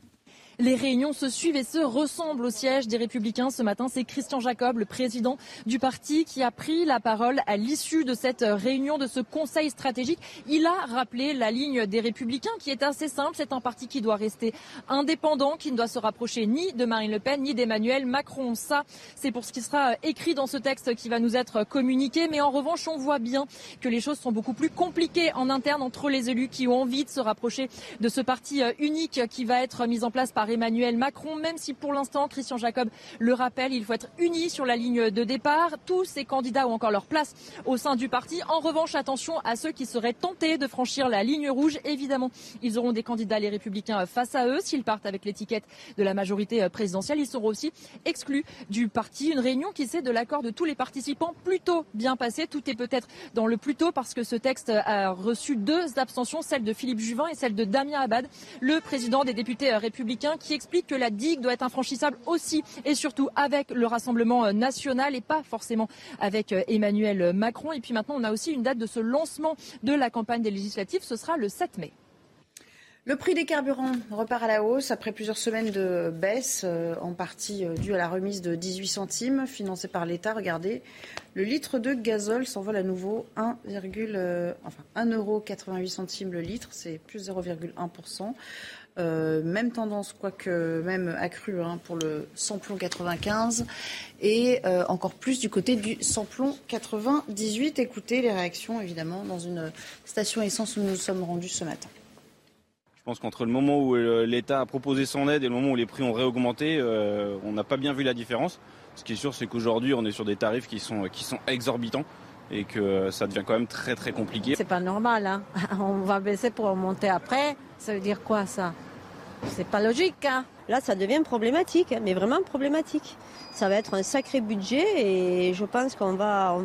Les réunions se suivent et se ressemblent au siège des Républicains. Ce matin, c'est Christian Jacob, le président du parti, qui a pris la parole à l'issue de cette réunion, de ce conseil stratégique. Il a rappelé la ligne des Républicains qui est assez simple. C'est un parti qui doit rester indépendant, qui ne doit se rapprocher ni de Marine Le Pen, ni d'Emmanuel Macron. Ça, c'est pour ce qui sera écrit dans ce texte qui va nous être communiqué. Mais en revanche, on voit bien que les choses sont beaucoup plus compliquées en interne entre les élus qui ont envie de se rapprocher de ce parti unique qui va être mis en place par par Emmanuel Macron, même si pour l'instant, Christian Jacob le rappelle, il faut être unis sur la ligne de départ. Tous ces candidats ont encore leur place au sein du parti. En revanche, attention à ceux qui seraient tentés de franchir la ligne rouge. Évidemment, ils auront des candidats, les Républicains, face à eux. S'ils partent avec l'étiquette de la majorité présidentielle, ils seront aussi exclus du parti. Une réunion qui s'est de l'accord de tous les participants plutôt bien passée. Tout est peut-être dans le plutôt parce que ce texte a reçu 2 abstentions, celle de Philippe Juvin et celle de Damien Abad, le président des députés républicains, qui explique que la digue doit être infranchissable aussi et surtout avec le Rassemblement national et pas forcément avec Emmanuel Macron. Et puis maintenant, on a aussi une date de ce lancement de la campagne des législatives, ce sera le 7 mai. Le prix des carburants repart à la hausse après plusieurs semaines de baisse, en partie due à la remise de 18 centimes financée par l'État. Regardez, le litre de gazole s'envole à nouveau 1,88 centimes le litre, c'est plus 0,1%. Même tendance, quoique même accrue pour le samplon 95 et encore plus du côté du samplon 98. Écoutez les réactions évidemment dans une station essence où nous nous sommes rendus ce matin. Je pense qu'entre le moment où l'État a proposé son aide et le moment où les prix ont réaugmenté, on n'a pas bien vu la différence. Ce qui est sûr, c'est qu'aujourd'hui, on est sur des tarifs qui sont exorbitants et que ça devient quand même très très compliqué. C'est pas normal, hein. On va baisser pour remonter après. Ça veut dire quoi ça ? C'est pas logique, hein. Là, ça devient problématique, mais vraiment problématique. Ça va être un sacré budget et je pense qu'on va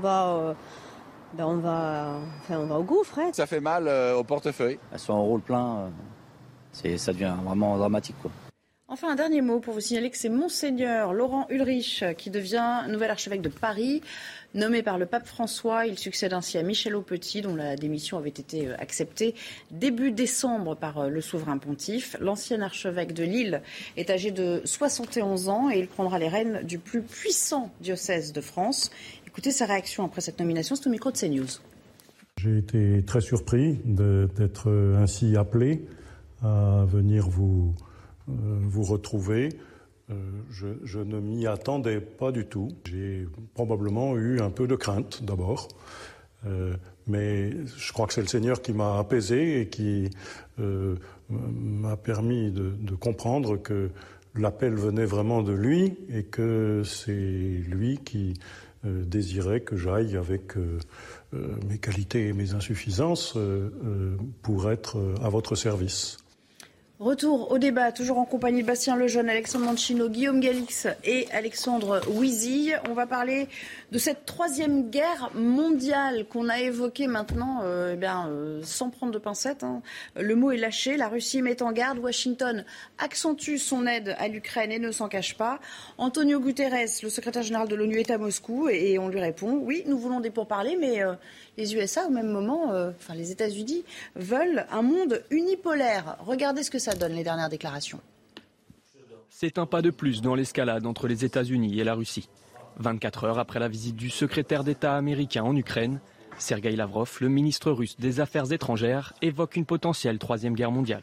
au gouffre. Hein. Ça fait mal au portefeuille. Sur un rôle plein, ça devient vraiment dramatique, quoi. Enfin, un dernier mot pour vous signaler que c'est Monseigneur Laurent Ulrich qui devient nouvel archevêque de Paris. Nommé par le pape François, il succède ainsi à Michel Aupetit, dont la démission avait été acceptée début décembre par le souverain pontife. L'ancien archevêque de Lille est âgé de 71 ans et il prendra les rênes du plus puissant diocèse de France. Écoutez sa réaction après cette nomination, c'est au micro de CNews. J'ai été très surpris d'être ainsi appelé à venir vous retrouver. Je ne m'y attendais pas du tout. J'ai probablement eu un peu de crainte d'abord, mais je crois que c'est le Seigneur qui m'a apaisé et qui m'a permis de comprendre que l'appel venait vraiment de lui et que c'est lui qui désirait que j'aille avec mes qualités et mes insuffisances pour être à votre service. Retour au débat, toujours en compagnie de Bastien Lejeune, Alexandre Mancino, Guillaume Galix et Alexandre Ouizy. On va parler de cette troisième guerre mondiale qu'on a évoquée maintenant sans prendre de pincettes. Le mot est lâché, la Russie met en garde, Washington accentue son aide à l'Ukraine et ne s'en cache pas. Antonio Guterres, le secrétaire général de l'ONU, est à Moscou et on lui répond « Oui, nous voulons des pourparlers, mais les USA, au même moment, les États-Unis, veulent un monde unipolaire. » Regardez ce que ça donne, les dernières déclarations. C'est un pas de plus dans l'escalade entre les États-Unis et la Russie. 24 heures après la visite du secrétaire d'État américain en Ukraine, Sergueï Lavrov, le ministre russe des Affaires étrangères, évoque une potentielle troisième guerre mondiale.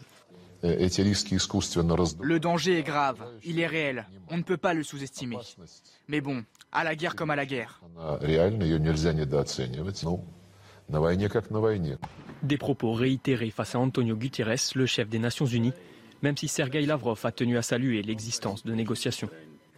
Le danger est grave, il est réel, on ne peut pas le sous-estimer. Mais bon, à la guerre comme à la guerre. Des propos réitérés face à Antonio Guterres, le chef des Nations Unies, même si Sergueï Lavrov a tenu à saluer l'existence de négociations.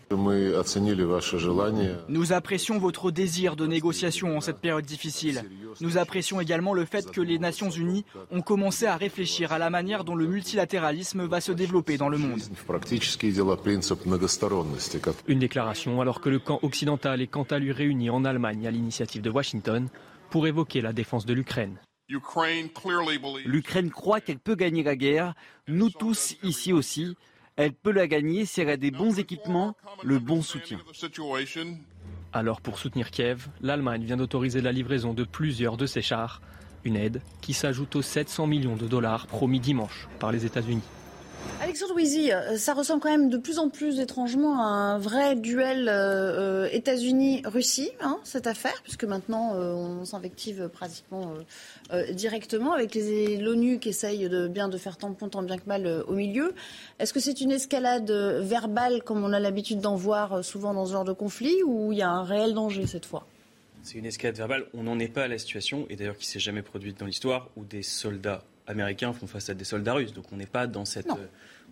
Nous apprécions votre désir de négociation en cette période difficile. Nous apprécions également le fait que les Nations Unies ont commencé à réfléchir à la manière dont le multilatéralisme va se développer dans le monde. Une déclaration alors que le camp occidental est quant à lui réuni en Allemagne à l'initiative de Washington pour évoquer la défense de l'Ukraine. L'Ukraine croit qu'elle peut gagner la guerre, nous tous ici aussi. Elle peut la gagner si elle a des bons équipements, le bon soutien. Alors pour soutenir Kiev, l'Allemagne vient d'autoriser la livraison de plusieurs de ses chars, une aide qui s'ajoute aux 700 millions de dollars promis dimanche par les États-Unis. Alexandre Ouizy, ça ressemble quand même de plus en plus étrangement à un vrai duel États-Unis-Russie, cette affaire, puisque maintenant on s'invective pratiquement directement avec l'ONU qui essaye de faire tampon tant bien que mal au milieu. Est-ce que c'est une escalade verbale comme on a l'habitude d'en voir souvent dans ce genre de conflit ou il y a un réel danger cette fois ? C'est une escalade verbale, on n'en est pas à la situation, et d'ailleurs qui ne s'est jamais produite dans l'histoire, où des soldats américains font face à des soldats russes. Donc on n'est pas dans cette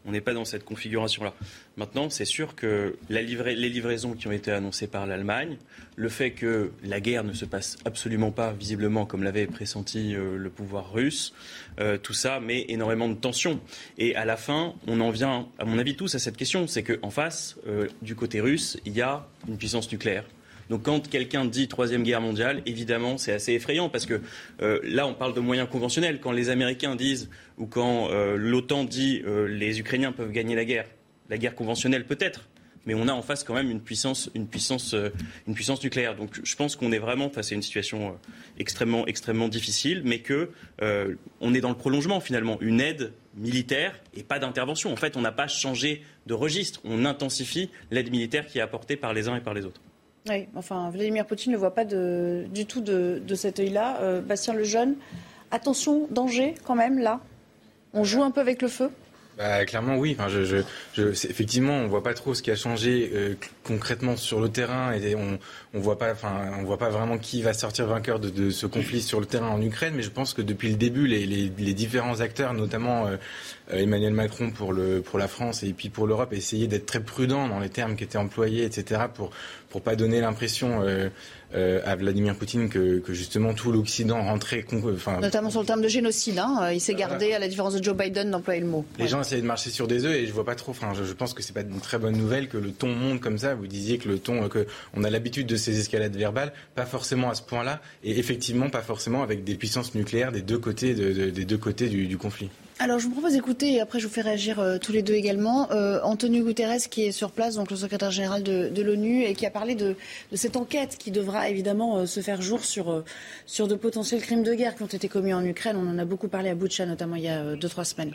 On n'est pas dans cette configuration-là. Maintenant, c'est sûr que les livraisons qui ont été annoncées par l'Allemagne, le fait que la guerre ne se passe absolument pas, visiblement, comme l'avait pressenti le pouvoir russe, tout ça met énormément de tensions. Et à la fin, on en vient, à mon avis, tous à cette question. C'est qu'en face, du côté russe, il y a une puissance nucléaire. Donc quand quelqu'un dit Troisième Guerre mondiale, évidemment, c'est assez effrayant parce que là, on parle de moyens conventionnels. Quand les Américains disent ou quand l'OTAN dit les Ukrainiens peuvent gagner la guerre conventionnelle peut-être, mais on a en face quand même une puissance nucléaire. Donc je pense qu'on est vraiment face à une situation extrêmement, extrêmement difficile, mais que on est dans le prolongement finalement, une aide militaire et pas d'intervention. En fait, on n'a pas changé de registre, on intensifie l'aide militaire qui est apportée par les uns et par les autres. Oui, enfin, Vladimir Poutine ne voit pas du tout de cet œil-là. Bastien Lejeune, attention, danger quand même, là. On joue un peu avec le feu. Clairement, oui. Enfin, effectivement, on voit pas trop ce qui a changé concrètement sur le terrain et on voit pas vraiment qui va sortir vainqueur de ce conflit sur le terrain en Ukraine. Mais je pense que depuis le début, les différents acteurs, notamment Emmanuel Macron pour la France et puis pour l'Europe, essayaient d'être très prudents dans les termes qui étaient employés, etc. pour pas donner l'impression à Vladimir Poutine que justement tout l'Occident rentrait... Notamment sur le terme de génocide, hein. Il s'est gardé, à la différence de Joe Biden, d'employer le mot. Les gens essayaient de marcher sur des œufs et je vois pas trop... je pense que c'est pas une très bonne nouvelle que le ton monte comme ça. Vous disiez que le ton... qu'on a l'habitude de ces escalades verbales, pas forcément à ce point-là, et effectivement pas forcément avec des puissances nucléaires des deux côtés, des deux côtés du conflit. Alors, je vous propose d'écouter, et après je vous fais réagir tous les deux également, Antonio Guterres qui est sur place, donc le secrétaire général de l'ONU, et qui a parlé de cette enquête qui devra évidemment se faire jour sur de potentiels crimes de guerre qui ont été commis en Ukraine. On en a beaucoup parlé à Boutcha, notamment il y a 2-3 semaines.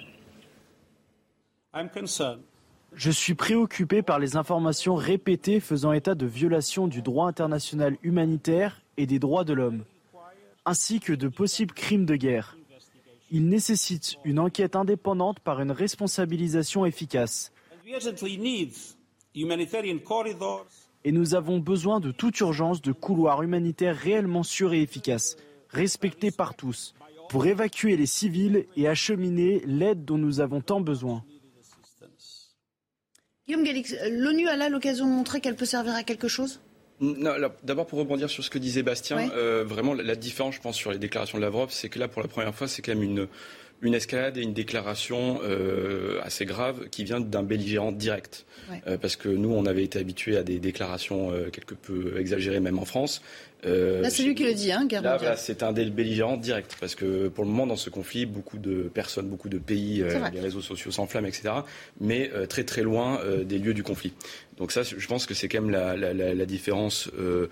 Je suis préoccupé par les informations répétées faisant état de violations du droit international humanitaire et des droits de l'homme, ainsi que de possibles crimes de guerre. Il nécessite une enquête indépendante par une responsabilisation efficace. Et nous avons besoin de toute urgence de couloirs humanitaires réellement sûrs et efficaces, respectés par tous, pour évacuer les civils et acheminer l'aide dont nous avons tant besoin. Guillaume Galix, l'ONU a là l'occasion de montrer qu'elle peut servir à quelque chose ? Non, d'abord pour rebondir sur ce que disait Bastien, oui. Vraiment la différence, je pense, sur les déclarations de Lavrov, c'est que là, pour la première fois, c'est quand même une escalade et une déclaration assez grave qui vient d'un belligérant direct. Ouais. Parce que nous, on avait été habitués à des déclarations quelque peu exagérées, même en France. Là, c'est lui qui le dit, guerre mondiale. Là, c'est un belligérant direct. Parce que pour le moment, dans ce conflit, beaucoup de personnes, beaucoup de pays, les réseaux sociaux s'enflamment, etc. Mais très très loin des lieux du conflit. Donc ça, je pense que c'est quand même la différence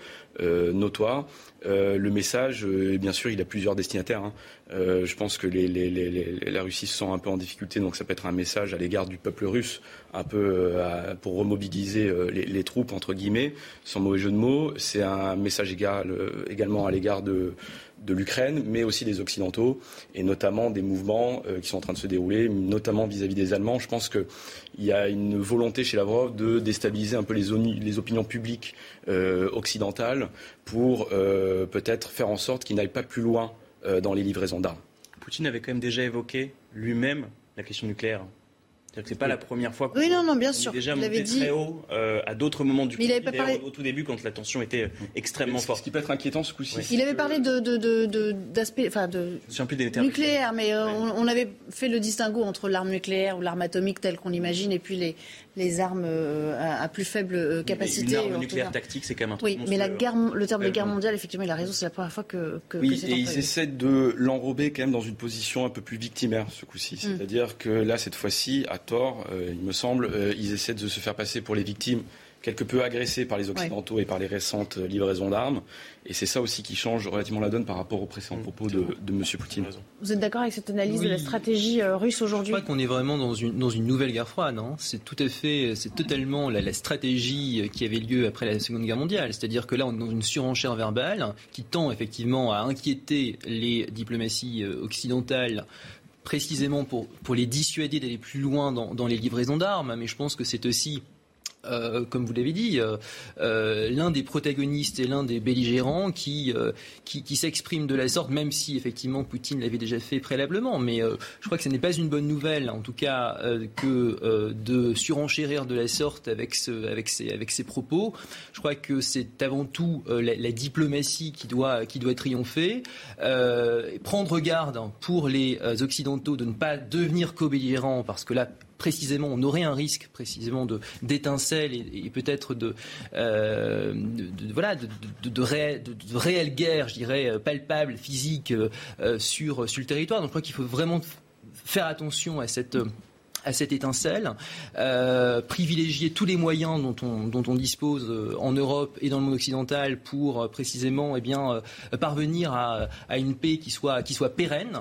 notoire. Le message, bien sûr, il a plusieurs destinataires. Je pense que la Russie se sent un peu en difficulté, donc ça peut être un message à l'égard du peuple russe, un peu pour remobiliser les troupes, entre guillemets, sans mauvais jeu de mots. C'est un message également à l'égard de l'Ukraine, mais aussi des Occidentaux, et notamment des mouvements qui sont en train de se dérouler, notamment vis-à-vis des Allemands. Je pense qu'il y a une volonté chez Lavrov de déstabiliser un peu les opinions publiques occidentales pour peut-être faire en sorte qu'ils n'aillent pas plus loin dans les livraisons d'armes. Poutine avait quand même déjà évoqué lui-même la question nucléaire. C'est-à-dire que c'est pas la première fois qu'on bien sûr. Déjà monté très haut à d'autres moments du conflit, parlé... au tout début quand la tension était extrêmement forte. Ce qui peut être inquiétant ce coup-ci. Ouais. Il avait parlé d'aspect nucléaire, mais on avait fait le distinguo entre l'arme nucléaire ou l'arme atomique telle qu'on l'imagine et puis les armes à plus faible capacité. Une arme nucléaire tactique, c'est quand même un truc. Oui, mais le terme de guerre mondiale, effectivement, il a raison, c'est la première fois que oui, c'est et ils essaient de l'enrober quand même dans une position un peu plus victimaire ce coup-ci. C'est-à-dire que là, cette fois-ci, à tort, il me semble, ils essaient de se faire passer pour les victimes quelque peu agressées par les Occidentaux et par les récentes livraisons d'armes. Et c'est ça aussi qui change relativement la donne par rapport aux précédents propos de M. Poutine. Vous êtes d'accord avec cette analyse de la stratégie russe aujourd'hui ? Je crois qu'on est vraiment dans une nouvelle guerre froide. C'est totalement la stratégie qui avait lieu après la Seconde Guerre mondiale. C'est-à-dire que là, on est dans une surenchère verbale qui tend effectivement à inquiéter les diplomaties occidentales, précisément pour les dissuader d'aller plus loin dans les livraisons d'armes. Mais je pense que c'est aussi comme vous l'avez dit, l'un des protagonistes et l'un des belligérants qui s'exprime de la sorte, même si effectivement Poutine l'avait déjà fait préalablement. Mais je crois que ce n'est pas une bonne nouvelle, en tout cas, que de surenchérir de la sorte avec ses propos. Je crois que c'est avant tout la diplomatie qui doit triompher. Prendre garde pour les Occidentaux de ne pas devenir co-belligérants, parce que là, précisément, on aurait un risque précisément d'étincelles et peut-être de réelles guerres, je dirais, palpables, physiques sur le territoire. Donc je crois qu'il faut vraiment faire attention à cette étincelle, privilégier tous les moyens dont on dispose en Europe et dans le monde occidental pour précisément parvenir à une paix qui soit pérenne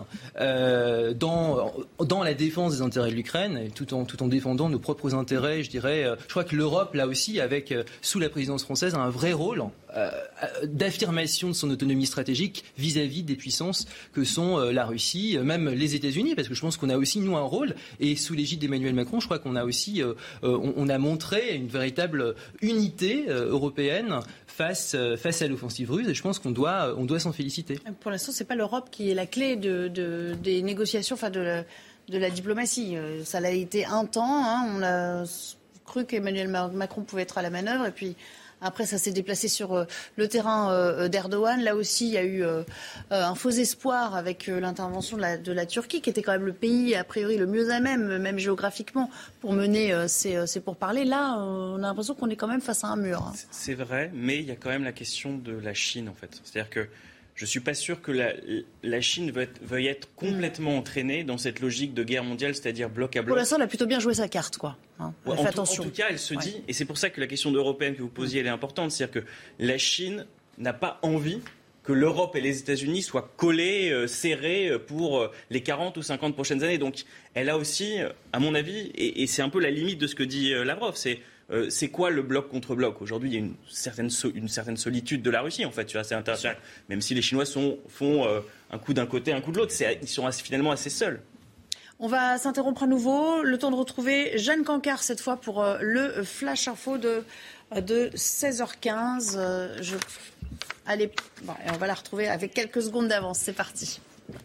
dans la défense des intérêts de l'Ukraine, tout en défendant nos propres intérêts, je dirais. Je crois que l'Europe, là aussi, sous la présidence française, a un vrai rôle d'affirmation de son autonomie stratégique vis-à-vis des puissances que sont la Russie, même les États-Unis, parce que je pense qu'on a aussi, nous, un rôle, et sous l'égide d'Emmanuel Macron, je crois qu'on a aussi on a montré une véritable unité européenne face à l'offensive russe, et je pense qu'on doit s'en féliciter. Pour l'instant, c'est pas l'Europe qui est la clé des négociations, enfin de la diplomatie. Ça l'a été un temps, on a cru qu'Emmanuel Macron pouvait être à la manœuvre, et puis après, ça s'est déplacé sur le terrain d'Erdogan. Là aussi, il y a eu un faux espoir avec l'intervention de la Turquie, qui était quand même le pays, a priori, le mieux à même géographiquement, pour mener ces pourparlers. Là, on a l'impression qu'on est quand même face à un mur. C'est vrai, mais il y a quand même la question de la Chine, en fait. C'est-à-dire que je ne suis pas sûr que la Chine veuille être complètement entraînée dans cette logique de guerre mondiale, c'est-à-dire bloc à bloc. Pour l'instant, elle a plutôt bien joué sa carte, quoi. Elle fait attention. En tout cas, elle se dit, et c'est pour ça que la question européenne que vous posiez, elle est importante, c'est-à-dire que la Chine n'a pas envie que l'Europe et les États-Unis soient collés, serrés pour les 40 ou 50 prochaines années. Donc, elle a aussi, à mon avis, et c'est un peu la limite de ce que dit Lavrov, c'est quoi le bloc contre bloc ? Aujourd'hui, il y a une certaine solitude de la Russie, en fait, sur assez international. Même si les Chinois font un coup d'un côté, un coup de l'autre, ils sont finalement assez seuls. On va s'interrompre à nouveau. Le temps de retrouver Jeanne Cancard, cette fois pour le Flash Info de 16h15. Allez, on va la retrouver avec quelques secondes d'avance. C'est parti.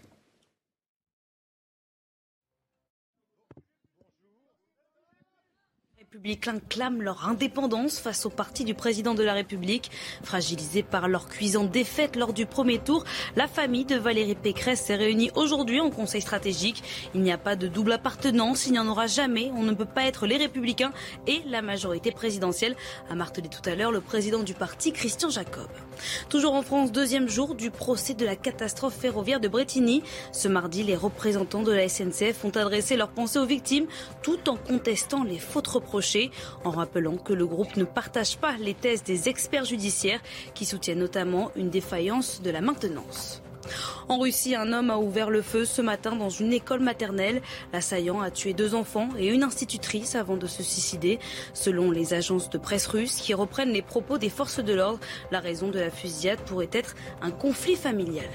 Les Républicains clament leur indépendance face au parti du président de la République. Fragilisée par leur cuisante défaite lors du premier tour, la famille de Valérie Pécresse s'est réunie aujourd'hui en conseil stratégique. Il n'y a pas de double appartenance, il n'y en aura jamais. On ne peut pas être les Républicains et la majorité présidentielle, a martelé tout à l'heure le président du parti, Christian Jacob. Toujours en France, deuxième jour du procès de la catastrophe ferroviaire de Brétigny. Ce mardi, les représentants de la SNCF ont adressé leurs pensées aux victimes tout en contestant les fautes reprochées, en rappelant que le groupe ne partage pas les thèses des experts judiciaires qui soutiennent notamment une défaillance de la maintenance. En Russie, un homme a ouvert le feu ce matin dans une école maternelle. L'assaillant a tué 2 enfants et une institutrice avant de se suicider. Selon les agences de presse russes qui reprennent les propos des forces de l'ordre, la raison de la fusillade pourrait être un conflit familial.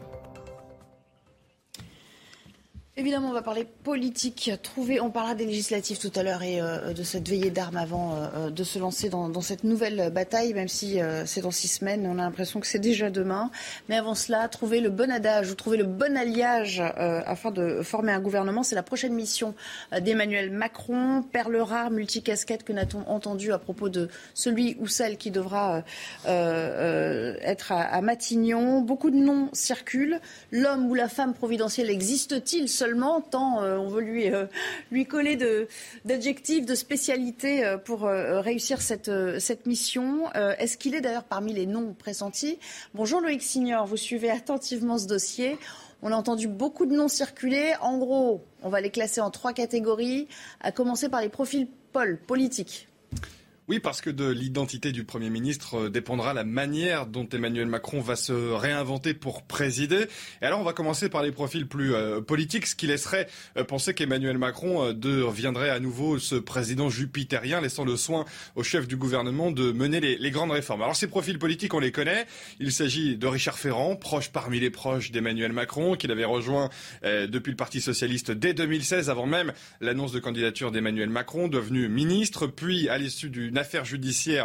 Évidemment, on va parler politique. On parlera des législatives tout à l'heure et de cette veillée d'armes avant de se lancer dans cette nouvelle bataille, même si c'est dans 6 semaines. On a l'impression que c'est déjà demain. Mais avant cela, trouver le bon adage ou trouver le bon alliage afin de former un gouvernement, c'est la prochaine mission d'Emmanuel Macron. Perle rare, multicasquette, que n'a-t-on entendu à propos de celui ou celle qui devra être à Matignon. Beaucoup de noms circulent. L'homme ou la femme providentielle existe-t-il seulement, tant on veut lui coller d'adjectifs, de spécialités pour réussir cette mission. Est-ce qu'il est d'ailleurs parmi les noms pressentis ? Bonjour Loïc Signor, vous suivez attentivement ce dossier. On a entendu beaucoup de noms circuler. En gros, on va les classer en 3 catégories, à commencer par les profils politiques. Oui, parce que de l'identité du Premier ministre dépendra la manière dont Emmanuel Macron va se réinventer pour présider. Et alors, on va commencer par les profils plus politiques, ce qui laisserait penser qu'Emmanuel Macron deviendrait à nouveau ce président jupitérien, laissant le soin au chef du gouvernement de mener les grandes réformes. Alors, ces profils politiques, on les connaît. Il s'agit de Richard Ferrand, proche parmi les proches d'Emmanuel Macron, qu'il avait rejoint depuis le Parti socialiste dès 2016, avant même l'annonce de candidature d'Emmanuel Macron, devenu ministre, puis à l'issue d'une affaire judiciaire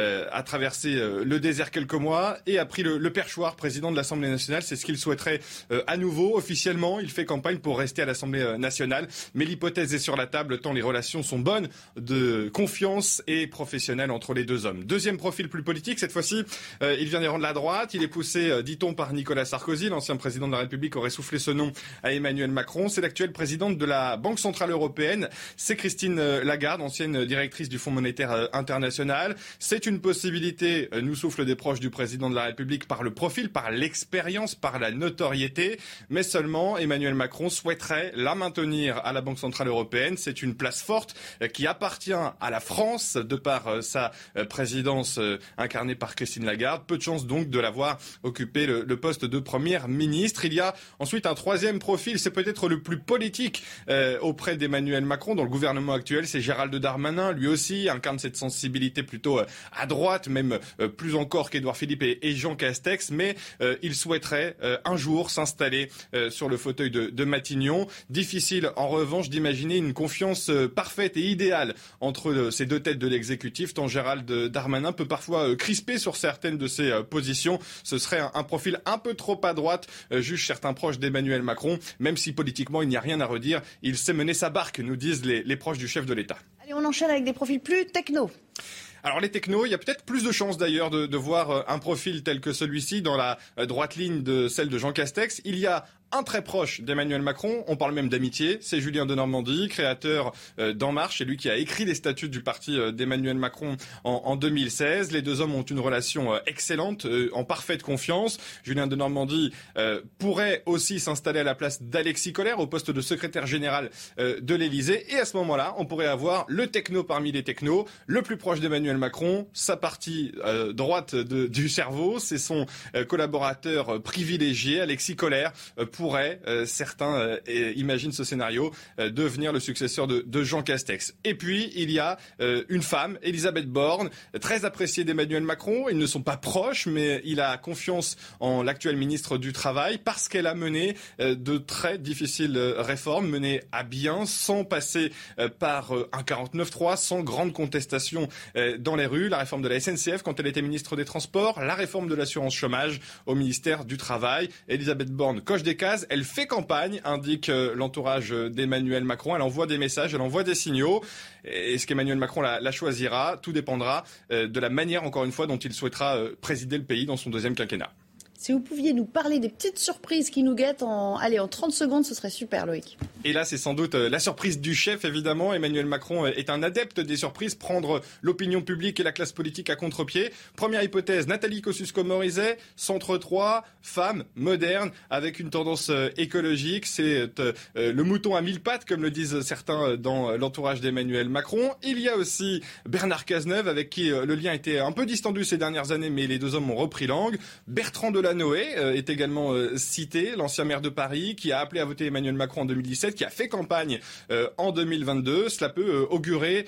a traversé le désert quelques mois et a pris le perchoir président de l'Assemblée nationale. C'est ce qu'il souhaiterait à nouveau. Officiellement, il fait campagne pour rester à l'Assemblée nationale. Mais l'hypothèse est sur la table tant les relations sont bonnes, de confiance et professionnelles entre les deux hommes. Deuxième profil plus politique, cette fois-ci, il vient des rangs de la droite. Il est poussé, dit-on, par Nicolas Sarkozy. L'ancien président de la République aurait soufflé ce nom à Emmanuel Macron. C'est l'actuelle présidente de la Banque centrale européenne. C'est Christine Lagarde, ancienne directrice du Fonds monétaire international. C'est une possibilité, nous soufflent des proches du président de la République, par le profil, par l'expérience, par la notoriété. Mais seulement, Emmanuel Macron souhaiterait la maintenir à la Banque centrale européenne. C'est une place forte qui appartient à la France de par sa présidence incarnée par Christine Lagarde. Peu de chance donc de la voir occuper le poste de première ministre. Il y a ensuite un troisième profil, c'est peut-être le plus politique auprès d'Emmanuel Macron dans le gouvernement actuel. C'est Gérald Darmanin, lui aussi incarne cette sensibilité plutôt à droite, même plus encore qu'Édouard Philippe et Jean Castex, mais il souhaiterait un jour s'installer sur le fauteuil de Matignon. Difficile en revanche d'imaginer une confiance parfaite et idéale entre ces deux têtes de l'exécutif, tant Gérald Darmanin peut parfois crisper sur certaines de ses positions. Ce serait un profil un peu trop à droite, jugent certains proches d'Emmanuel Macron, même si politiquement il n'y a rien à redire. Il sait mener sa barque, nous disent les proches du chef de l'État. Allez, on enchaîne avec des profils plus techno. Alors les technos, il y a peut-être plus de chances d'ailleurs de voir un profil tel que celui-ci dans la droite ligne de celle de Jean Castex. Il y a un très proche d'Emmanuel Macron, on parle même d'amitié, c'est Julien Denormandie, créateur d'En Marche, c'est lui qui a écrit les statuts du parti d'Emmanuel Macron en 2016. Les deux hommes ont une relation excellente, en parfaite confiance. Julien Denormandie pourrait aussi s'installer à la place d'Alexis Collère au poste de secrétaire général de l'Élysée. Et à ce moment-là, on pourrait avoir le techno parmi les technos, le plus proche d'Emmanuel Macron, sa partie droite du cerveau, c'est son collaborateur privilégié, Alexis Collère, pourrait, certains imaginent ce scénario, devenir le successeur de Jean Castex. Et puis, il y a une femme, Elisabeth Borne, très appréciée d'Emmanuel Macron. Ils ne sont pas proches, mais il a confiance en l'actuel ministre du Travail parce qu'elle a mené de très difficiles réformes, menées à bien, sans passer par un 49-3, sans grande contestation dans les rues. La réforme de la SNCF quand elle était ministre des Transports, la réforme de l'assurance chômage au ministère du Travail. Elisabeth Borne coche des cases, elle fait campagne, indique l'entourage d'Emmanuel Macron. Elle envoie des messages, elle envoie des signaux. Est-ce qu'Emmanuel Macron la choisira? Tout dépendra de la manière, encore une fois, dont il souhaitera présider le pays dans son deuxième quinquennat. Si vous pouviez nous parler des petites surprises qui nous guettent en 30 secondes, ce serait super, Loïc. Et là, c'est sans doute la surprise du chef, évidemment. Emmanuel Macron est un adepte des surprises, prendre l'opinion publique et la classe politique à contre-pied. Première hypothèse, Nathalie Kosciusko-Morizet, centre 3, femme, moderne, avec une tendance écologique. C'est le mouton à 1000 pattes, comme le disent certains dans l'entourage d'Emmanuel Macron. Il y a aussi Bernard Cazeneuve, avec qui le lien était un peu distendu ces dernières années, mais les deux hommes ont repris langue. Bertrand Delanoë est également cité, l'ancien maire de Paris, qui a appelé à voter Emmanuel Macron en 2017, qui a fait campagne en 2022. Cela peut augurer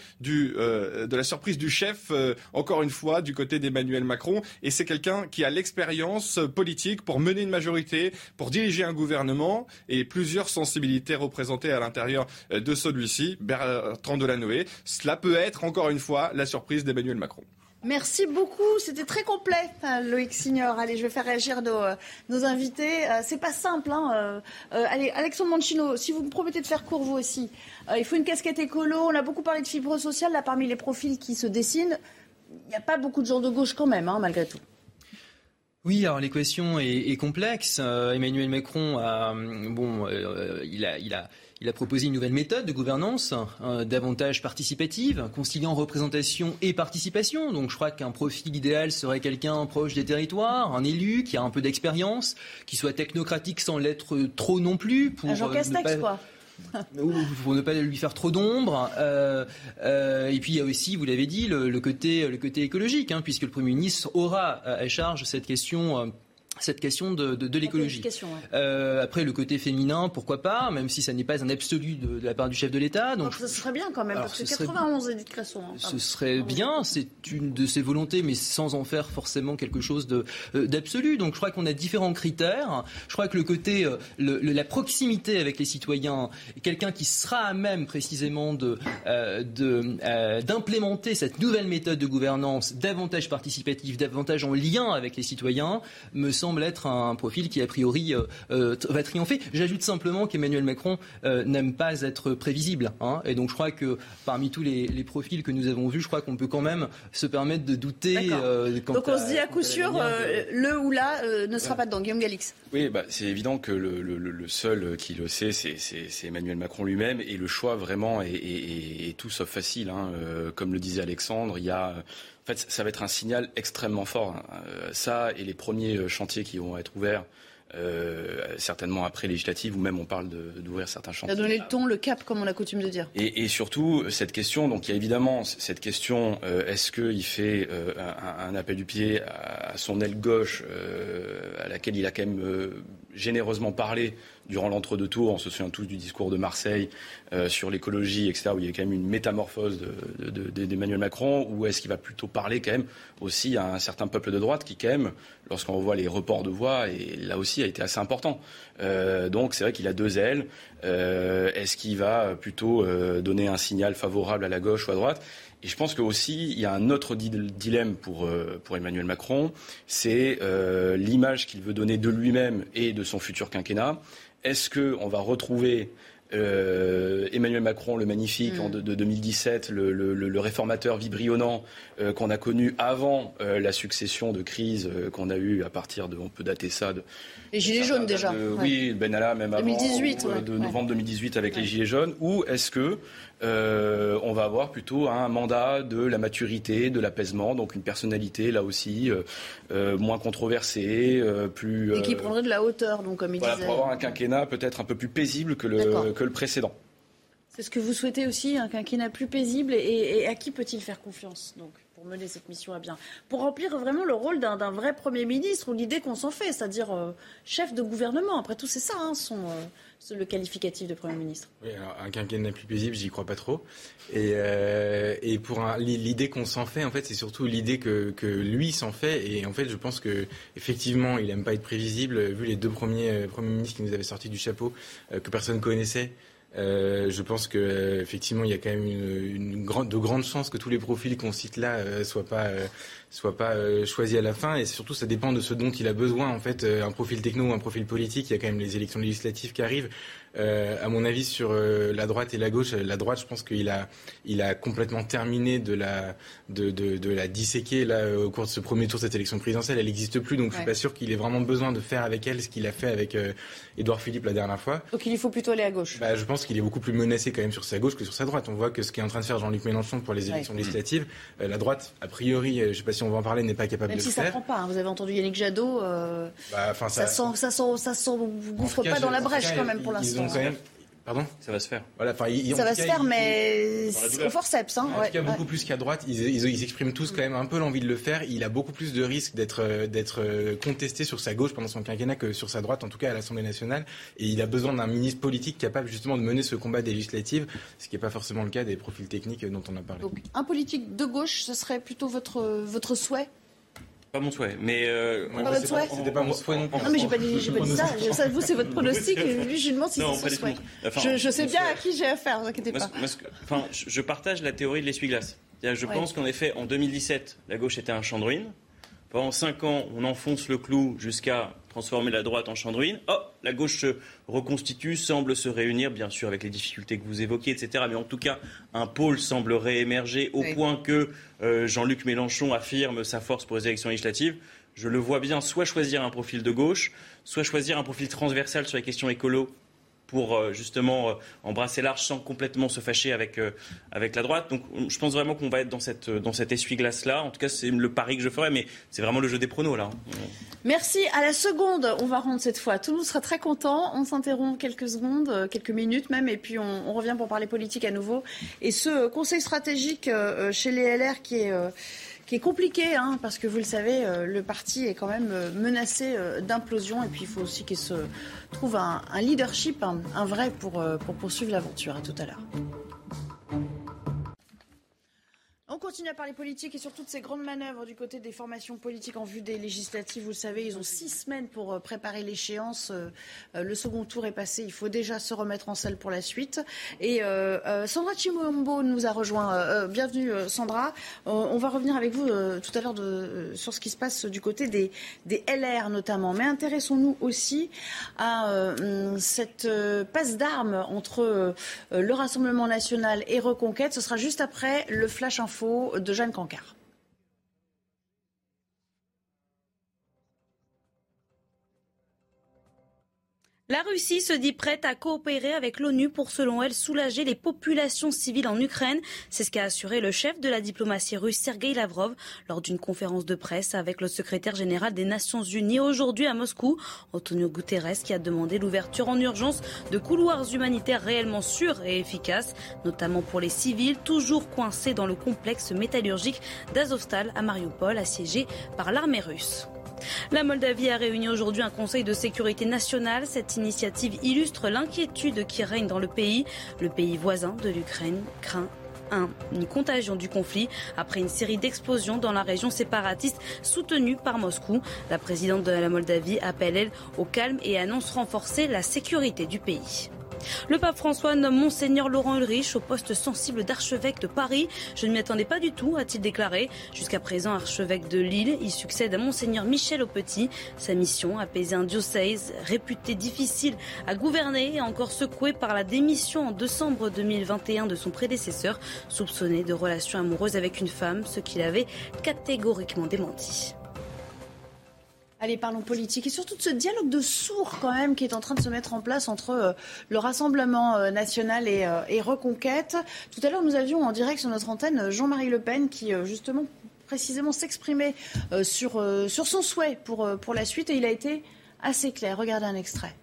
de la surprise du chef, encore une fois, du côté d'Emmanuel Macron. Et c'est quelqu'un qui a l'expérience politique pour mener une majorité, pour diriger un gouvernement et plusieurs sensibilités représentées à l'intérieur de celui-ci, Bertrand Delanoë. Cela peut être, encore une fois, la surprise d'Emmanuel Macron. Merci beaucoup, c'était très complet, Loïc Signor. Allez, je vais faire réagir nos invités. C'est pas simple, allez, Alexandre Mancino, si vous me promettez de faire court, vous aussi. Il faut une casquette écolo. On a beaucoup parlé de fibre sociale. Là, parmi les profils qui se dessinent, il n'y a pas beaucoup de gens de gauche quand même, malgré tout. Oui, alors l'équation est complexe. Emmanuel Macron il a proposé une nouvelle méthode de gouvernance, davantage participative, conciliant représentation et participation. Donc je crois qu'un profil idéal serait quelqu'un proche des territoires, un élu qui a un peu d'expérience, qui soit technocratique sans l'être trop non plus. Jean Castex, quoi. Pour ne pas lui faire trop d'ombre. Et puis il y a aussi, vous l'avez dit, le côté écologique, puisque le Premier ministre aura à charge cette question de l'écologie. Après, le côté féminin, pourquoi pas, même si ça n'est pas un absolu de la part du chef de l'État. Donc, ce serait bien quand même, parce que 91 Edith Cresson. Ce serait bien, c'est une de ses volontés, mais sans en faire forcément quelque chose d'absolu. Donc je crois qu'on a différents critères. Je crois que le côté, la proximité avec les citoyens, quelqu'un qui sera à même précisément d'implémenter cette nouvelle méthode de gouvernance davantage participative, davantage en lien avec les citoyens, me semble être un profil qui a priori va triompher. J'ajoute simplement qu'Emmanuel Macron n'aime pas être prévisible, et donc je crois que parmi tous les profils que nous avons vus, je crois qu'on peut quand même se permettre de douter. Donc on se dit à coup sûr le ou la ne sera pas dedans. Guillaume Galix. Oui, c'est évident que le seul qui le sait, c'est Emmanuel Macron lui-même, et le choix vraiment est tout sauf facile. Comme le disait Alexandre, il y a en fait, ça va être un signal extrêmement fort. Ça et les premiers chantiers qui vont être ouverts, certainement après législative, ou même on parle d'ouvrir certains chantiers. Il a donné le ton, le cap, comme on a coutume de dire. Et surtout, cette question, donc il y a évidemment cette question, est-ce qu'il fait un appel du pied à son aile gauche, à laquelle il a quand même généreusement parlé durant l'entre-deux tours, on se souvient tous du discours de Marseille sur l'écologie, etc., où il y a quand même une métamorphose d'Emmanuel Macron, ou est-ce qu'il va plutôt parler quand même aussi à un certain peuple de droite qui quand même, lorsqu'on revoit les reports de voix, et là aussi a été assez important. Donc c'est vrai qu'il a deux ailes. Est-ce qu'il va plutôt donner un signal favorable à la gauche ou à droite ? Et je pense qu'aussi, il y a un autre dilemme pour Emmanuel Macron, c'est l'image qu'il veut donner de lui-même et de son futur quinquennat. Est-ce qu'on va retrouver Emmanuel Macron, le magnifique, de 2017, le réformateur vibrionnant qu'on a connu avant la succession de crises qu'on a eues à partir de, on peut dater ça, les Gilets jaunes déjà. Oui, Benalla, même 2018, avant, de novembre 2018 avec les Gilets jaunes, ou est-ce que on va avoir plutôt un mandat de la maturité, de l'apaisement, donc une personnalité là aussi moins controversée, plus... Et qui prendrait de la hauteur, donc comme il disait. Pour avoir un quinquennat peut-être un peu plus paisible que le précédent. C'est ce que vous souhaitez aussi, un quinquennat plus paisible, et à qui peut-il faire confiance donc pour mener cette mission à bien, pour remplir vraiment le rôle d'un vrai Premier ministre, ou l'idée qu'on s'en fait, c'est-à-dire chef de gouvernement. Après tout, c'est ça, le qualificatif de Premier ministre. Oui, alors un quinquennat plus paisible, j'y crois pas trop. Et pour l'idée qu'on s'en fait, en fait, c'est surtout l'idée que lui s'en fait. Et en fait, je pense que effectivement, il aime pas être prévisible. Vu les deux premiers ministres qui nous avaient sorti du chapeau, que personne connaissait. Je pense que effectivement il y a quand même de grandes chances que tous les profils qu'on cite là soient pas choisis à la fin, et surtout ça dépend de ce dont il a besoin en fait, un profil techno ou un profil politique. Il y a quand même les élections législatives qui arrivent. À mon avis, sur la droite et la gauche, la droite, je pense qu'il a complètement terminé de la disséquer là au cours de ce premier tour de cette élection présidentielle. Elle n'existe plus, donc je suis pas sûr qu'il ait vraiment besoin de faire avec elle ce qu'il a fait avec Édouard Philippe la dernière fois. Donc il faut plutôt aller à gauche. Je pense qu'il est beaucoup plus menacé quand même sur sa gauche que sur sa droite. On voit que ce qu'est en train de faire Jean-Luc Mélenchon pour les élections législatives, la droite, a priori, je ne sais pas si on va en parler, n'est pas capable de le faire. Même si ça ne prend pas. Vous avez entendu Yannick Jadot, ça s'engouffre pas dans la brèche quand même pour l'instant. Pardon ? Ça va se faire. Voilà, ça va se faire, mais au forceps. En tout cas, beaucoup plus qu'à droite. Ils expriment tous quand même un peu l'envie de le faire. Il a beaucoup plus de risques d'être contesté sur sa gauche pendant son quinquennat que sur sa droite, en tout cas à l'Assemblée nationale. Et il a besoin d'un ministre politique capable justement de mener ce combat des législatives, ce qui n'est pas forcément le cas des profils techniques dont on a parlé. Donc, un politique de gauche, ce serait plutôt votre souhait ? Pas mon souhait, mais c'était pas mon souhait non plus. Non, mais j'ai pas dit ça. Ça, vous, c'est votre pronostic. Lui, je lui demande si c'est son souhait. Je sais bien à qui j'ai affaire, ne vous inquiétez pas. Je partage la théorie de l'essuie-glace. Je pense qu'en effet, en 2017, la gauche était un champ de ruines. Pendant 5 ans, on enfonce le clou jusqu'à transformer la droite en champ de ruines. La gauche se reconstitue, semble se réunir, bien sûr avec les difficultés que vous évoquez, etc. Mais en tout cas, un pôle semble réémerger au point que Jean-Luc Mélenchon affirme sa force pour les élections législatives. Je le vois bien soit choisir un profil de gauche, soit choisir un profil transversal sur les questions écolo pour justement embrasser large sans complètement se fâcher avec la droite. Donc je pense vraiment qu'on va être dans cet essuie-glace-là. En tout cas, c'est le pari que je ferai, mais c'est vraiment le jeu des pronos là. Merci. À la seconde, on va rendre cette fois. Tout le monde sera très content. On s'interrompt quelques secondes, quelques minutes même, et puis on revient pour parler politique à nouveau. Et ce conseil stratégique chez les LR qui est compliqué, parce que vous le savez, le parti est quand même menacé d'implosion. Et puis il faut aussi qu'il se trouve un leadership, un vrai, pour poursuivre l'aventure. À tout à l'heure. On continue à parler politique et sur toutes ces grandes manœuvres du côté des formations politiques en vue des législatives. Vous le savez, ils ont 6 semaines pour préparer l'échéance. Le second tour est passé. Il faut déjà se remettre en selle pour la suite. Et Sandra Chimombo nous a rejoint. Bienvenue Sandra. On va revenir avec vous tout à l'heure sur ce qui se passe du côté des LR notamment. Mais intéressons-nous aussi à cette passe d'armes entre le Rassemblement national et Reconquête. Ce sera juste après le Flash Info de Jeanne Cancard. La Russie se dit prête à coopérer avec l'ONU pour, selon elle, soulager les populations civiles en Ukraine. C'est ce qu'a assuré le chef de la diplomatie russe, Sergueï Lavrov, lors d'une conférence de presse avec le secrétaire général des Nations Unies aujourd'hui à Moscou, Antonio Guterres, qui a demandé l'ouverture en urgence de couloirs humanitaires réellement sûrs et efficaces, notamment pour les civils toujours coincés dans le complexe métallurgique d'Azovstal à Mariupol, assiégé par l'armée russe. La Moldavie a réuni aujourd'hui un conseil de sécurité nationale. Cette initiative illustre l'inquiétude qui règne dans le pays. Le pays voisin de l'Ukraine craint une contagion du conflit après une série d'explosions dans la région séparatiste soutenue par Moscou. La présidente de la Moldavie appelle, elle, au calme et annonce renforcer la sécurité du pays. Le pape François nomme Monseigneur Laurent Ulrich au poste sensible d'archevêque de Paris. Je ne m'y attendais pas du tout, a-t-il déclaré. Jusqu'à présent archevêque de Lille, il succède à Monseigneur Michel Aupetit. Sa mission, apaiser un diocèse réputé difficile à gouverner et encore secoué par la démission en décembre 2021 de son prédécesseur, soupçonné de relations amoureuses avec une femme, ce qu'il avait catégoriquement démenti. Allez, parlons politique et surtout de ce dialogue de sourds quand même qui est en train de se mettre en place entre le Rassemblement national et Reconquête. Tout à l'heure, nous avions en direct sur notre antenne Jean-Marie Le Pen qui justement précisément s'exprimait sur son souhait pour la suite et il a été assez clair. Regardez un extrait.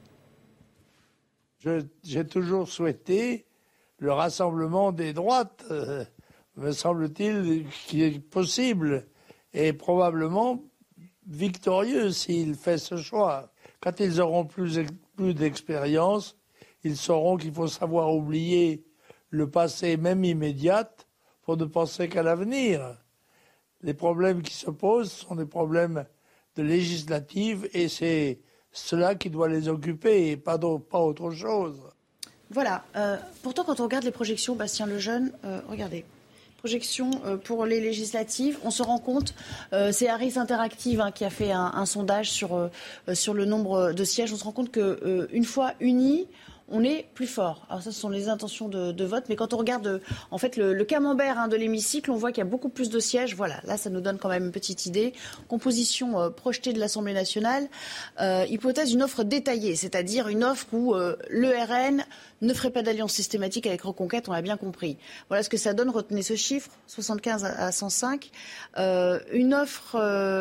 J'ai toujours souhaité le rassemblement des droites, me semble-t-il, qui est possible et probablement victorieux s'il fait ce choix. Quand ils auront plus d'expérience, ils sauront qu'il faut savoir oublier le passé, même immédiat, pour ne penser qu'à l'avenir. Les problèmes qui se posent sont des problèmes de législative et c'est cela qui doit les occuper et pas autre chose. Voilà. Pourtant, quand on regarde les projections, Bastien Lejeune, regardez. Projection pour les législatives. On se rend compte, c'est Harris Interactive qui a fait un sondage sur le nombre de sièges. On se rend compte qu'une fois unis, on est plus fort. Alors ça, ce sont les intentions de vote. Mais quand on regarde en fait le camembert de l'hémicycle, on voit qu'il y a beaucoup plus de sièges. Voilà, là, ça nous donne quand même une petite idée. Composition projetée de l'Assemblée nationale. Hypothèse d'une offre détaillée, c'est-à-dire une offre où le RN ne ferait pas d'alliance systématique avec Reconquête, on l'a bien compris. Voilà ce que ça donne, retenez ce chiffre, 75 à 105. Une offre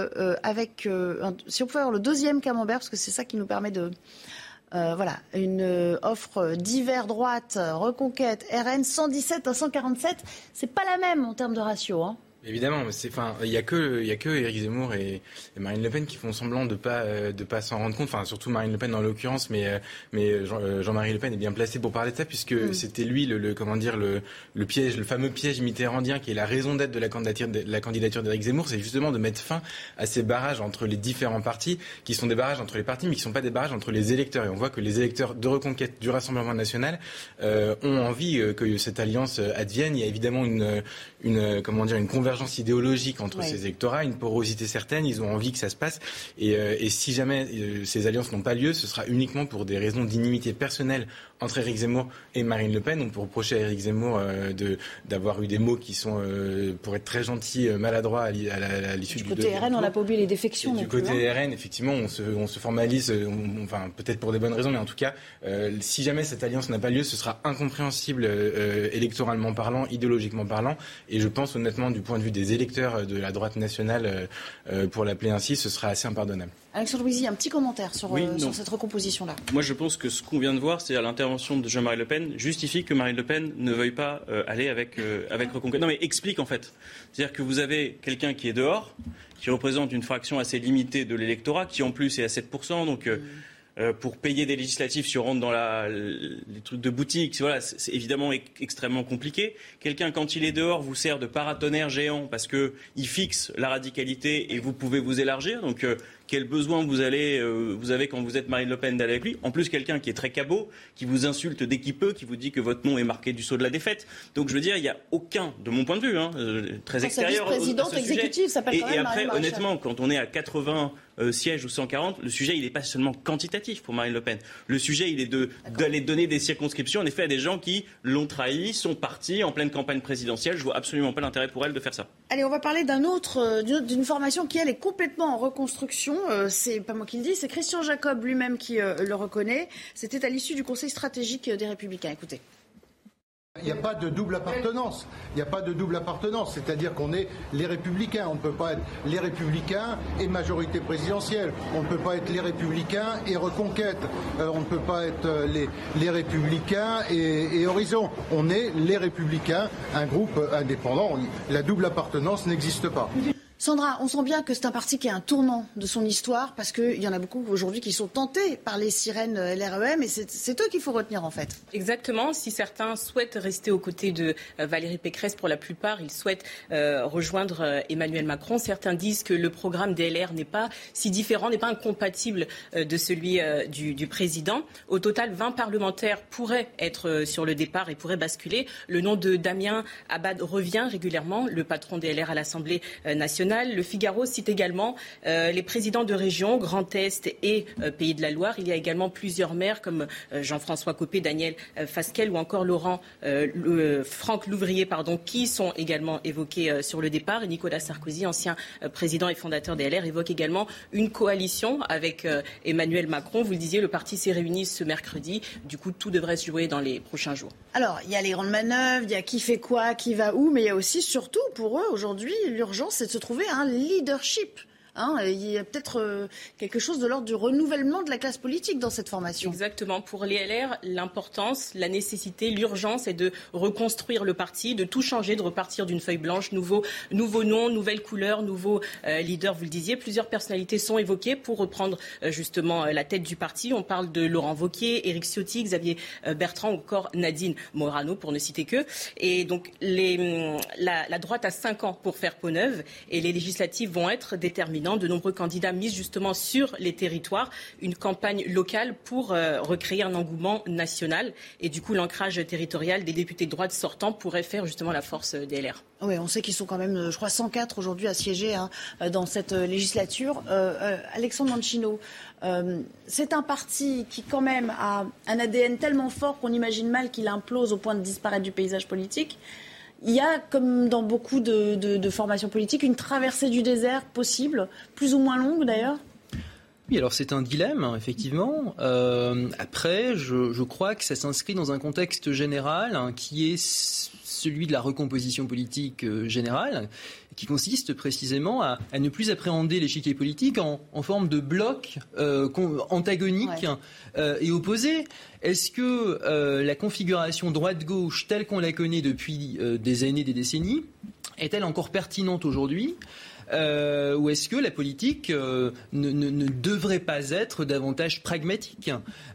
avec, si on pouvait avoir le deuxième camembert, parce que c'est ça qui nous permet de... voilà, une offre d'hiver droite, Reconquête, RN, 117 à 147, c'est pas la même en termes de ratio, Évidemment, il y a que Éric Zemmour et Marine Le Pen qui font semblant de pas s'en rendre compte. Enfin, surtout Marine Le Pen en l'occurrence, mais Jean-Marie Le Pen est bien placé pour parler de ça puisque c'était lui le piège, le fameux piège mitterrandien qui est la raison d'être de la candidature d'Éric Zemmour, c'est justement de mettre fin à ces barrages entre les différents partis qui sont des barrages entre les partis mais qui sont pas des barrages entre les électeurs. Et on voit que les électeurs de Reconquête du Rassemblement national ont envie que cette alliance advienne. Il y a évidemment une convergence idéologique entre ces électorats, une porosité certaine, ils ont envie que ça se passe et si jamais ces alliances n'ont pas lieu, ce sera uniquement pour des raisons d'inimitié personnelle entre Éric Zemmour et Marine Le Pen. On peut reprocher à Éric Zemmour d'avoir eu des mots qui sont, pour être très gentils, maladroits à l'issue du côté RN, on n'a pas oublié les défections. Du côté RN, effectivement, on se formalise, enfin peut-être pour des bonnes raisons, mais en tout cas, si jamais cette alliance n'a pas lieu, ce sera incompréhensible électoralement parlant, idéologiquement parlant. Et je pense honnêtement, du point de vue des électeurs de la droite nationale, pour l'appeler ainsi, ce sera assez impardonnable. Alexandre Louisy, un petit commentaire sur cette recomposition-là. Moi, je pense que ce qu'on vient de voir, c'est-à-dire l'intervention de Jean-Marie Le Pen, justifie que Marine Le Pen ne veuille pas aller avec Reconquête. Non, mais explique en fait. C'est-à-dire que vous avez quelqu'un qui est dehors, qui représente une fraction assez limitée de l'électorat, qui en plus est à 7%, donc... pour payer des législatives, si on rentre dans les trucs de boutique, voilà, c'est évidemment extrêmement compliqué. Quelqu'un, quand il est dehors, vous sert de paratonnerre géant parce qu'il fixe la radicalité et vous pouvez vous élargir. Donc, quel besoin vous avez quand vous êtes Marine Le Pen d'aller avec lui. En plus, quelqu'un qui est très cabot, qui vous insulte dès qu'il peut, qui vous dit que votre nom est marqué du sceau de la défaite. Donc, je veux dire, il n'y a aucun, de mon point de vue, très extérieur à ce sujet. Exécutive, ça s'appelle quand même et après, honnêtement, quand on est à 80 sièges ou 140, le sujet, il n'est pas seulement quantitatif pour Marine Le Pen. Le sujet, il est d'aller donner des circonscriptions, en effet, à des gens qui l'ont trahi, sont partis en pleine campagne présidentielle. Je vois absolument pas l'intérêt pour elle de faire ça. Allez, on va parler d'une formation qui, elle, est complètement en reconstruction. C'est pas moi qui le dis, c'est Christian Jacob lui-même qui le reconnaît. C'était à l'issue du Conseil stratégique des Républicains. Écoutez. Il n'y a pas de double appartenance. C'est-à-dire qu'on est les Républicains. On ne peut pas être les Républicains et majorité présidentielle. On ne peut pas être les Républicains et Reconquête. On ne peut pas être les Républicains et Horizon. On est les Républicains, un groupe indépendant. La double appartenance n'existe pas. Sandra, on sent bien que c'est un parti qui est un tournant de son histoire parce qu'il y en a beaucoup aujourd'hui qui sont tentés par les sirènes LREM et c'est eux qu'il faut retenir en fait. Exactement. Si certains souhaitent rester aux côtés de Valérie Pécresse, pour la plupart, ils souhaitent rejoindre Emmanuel Macron. Certains disent que le programme des LR n'est pas si différent, n'est pas incompatible de celui du président. Au total, 20 parlementaires pourraient être sur le départ et pourraient basculer. Le nom de Damien Abad revient régulièrement, le patron des LR à l'Assemblée nationale. Le Figaro cite également les présidents de région, Grand Est et Pays de la Loire. Il y a également plusieurs maires comme Jean-François Copé, Daniel Fasquelle ou encore Franck Louvrier, qui sont également évoqués sur le départ. Et Nicolas Sarkozy, ancien président et fondateur des LR, évoque également une coalition avec Emmanuel Macron. Vous le disiez, le parti s'est réuni ce mercredi. Du coup, tout devrait se jouer dans les prochains jours. Alors, il y a les grandes manœuvres, il y a qui fait quoi, qui va où, mais il y a aussi, surtout pour eux, aujourd'hui, l'urgence, c'est de se trouver un leadership. Il y a peut-être quelque chose de l'ordre du renouvellement de la classe politique dans cette formation. Exactement. Pour les LR, l'importance, la nécessité, l'urgence est de reconstruire le parti, de tout changer, de repartir d'une feuille blanche, nouveau nom, nouvelle couleur, nouveau leader, vous le disiez. Plusieurs personnalités sont évoquées pour reprendre justement la tête du parti. On parle de Laurent Wauquiez, Éric Ciotti, Xavier Bertrand ou encore Nadine Morano, pour ne citer que. Et donc, la droite a 5 ans pour faire peau neuve et les législatives vont être déterminantes. De nombreux candidats misent justement sur les territoires, une campagne locale pour recréer un engouement national. Et du coup, l'ancrage territorial des députés de droite sortants pourrait faire justement la force des LR. Oui, on sait qu'ils sont quand même, je crois, 104 aujourd'hui à siéger dans cette législature. Alexandre Mancino, c'est un parti qui quand même a un ADN tellement fort qu'on imagine mal qu'il implose au point de disparaître du paysage politique. Il y a, comme dans beaucoup de formations politiques, une traversée du désert possible, plus ou moins longue d'ailleurs. Oui, alors c'est un dilemme, effectivement. Après, je crois que ça s'inscrit dans un contexte général qui est celui de la recomposition politique générale, qui consiste précisément à ne plus appréhender l'échiquier politique en forme de bloc antagonique et opposé. Est-ce que la configuration droite-gauche telle qu'on la connaît depuis des années, des décennies, est-elle encore pertinente aujourd'hui ? Ou est-ce que la politique ne devrait pas être davantage pragmatique ?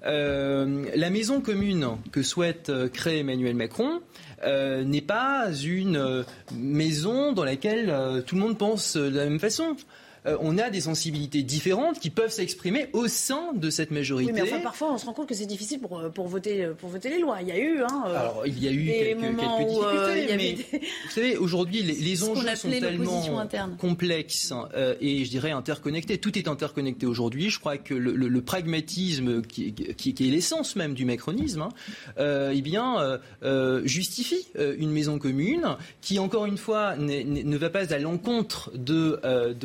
La maison commune que souhaite créer Emmanuel Macron n'est pas une maison dans laquelle tout le monde pense de la même façon. on a des sensibilités différentes qui peuvent s'exprimer au sein de cette majorité. Oui, mais enfin, parfois, on se rend compte que c'est difficile pour voter les lois. Il y a eu, alors, il y a eu quelques difficultés, mais vous savez, aujourd'hui, les enjeux sont tellement complexes et je dirais interconnectés. Tout est interconnecté aujourd'hui. Je crois que le pragmatisme qui est l'essence même du macronisme, justifie une maison commune qui, encore une fois, ne va pas à l'encontre de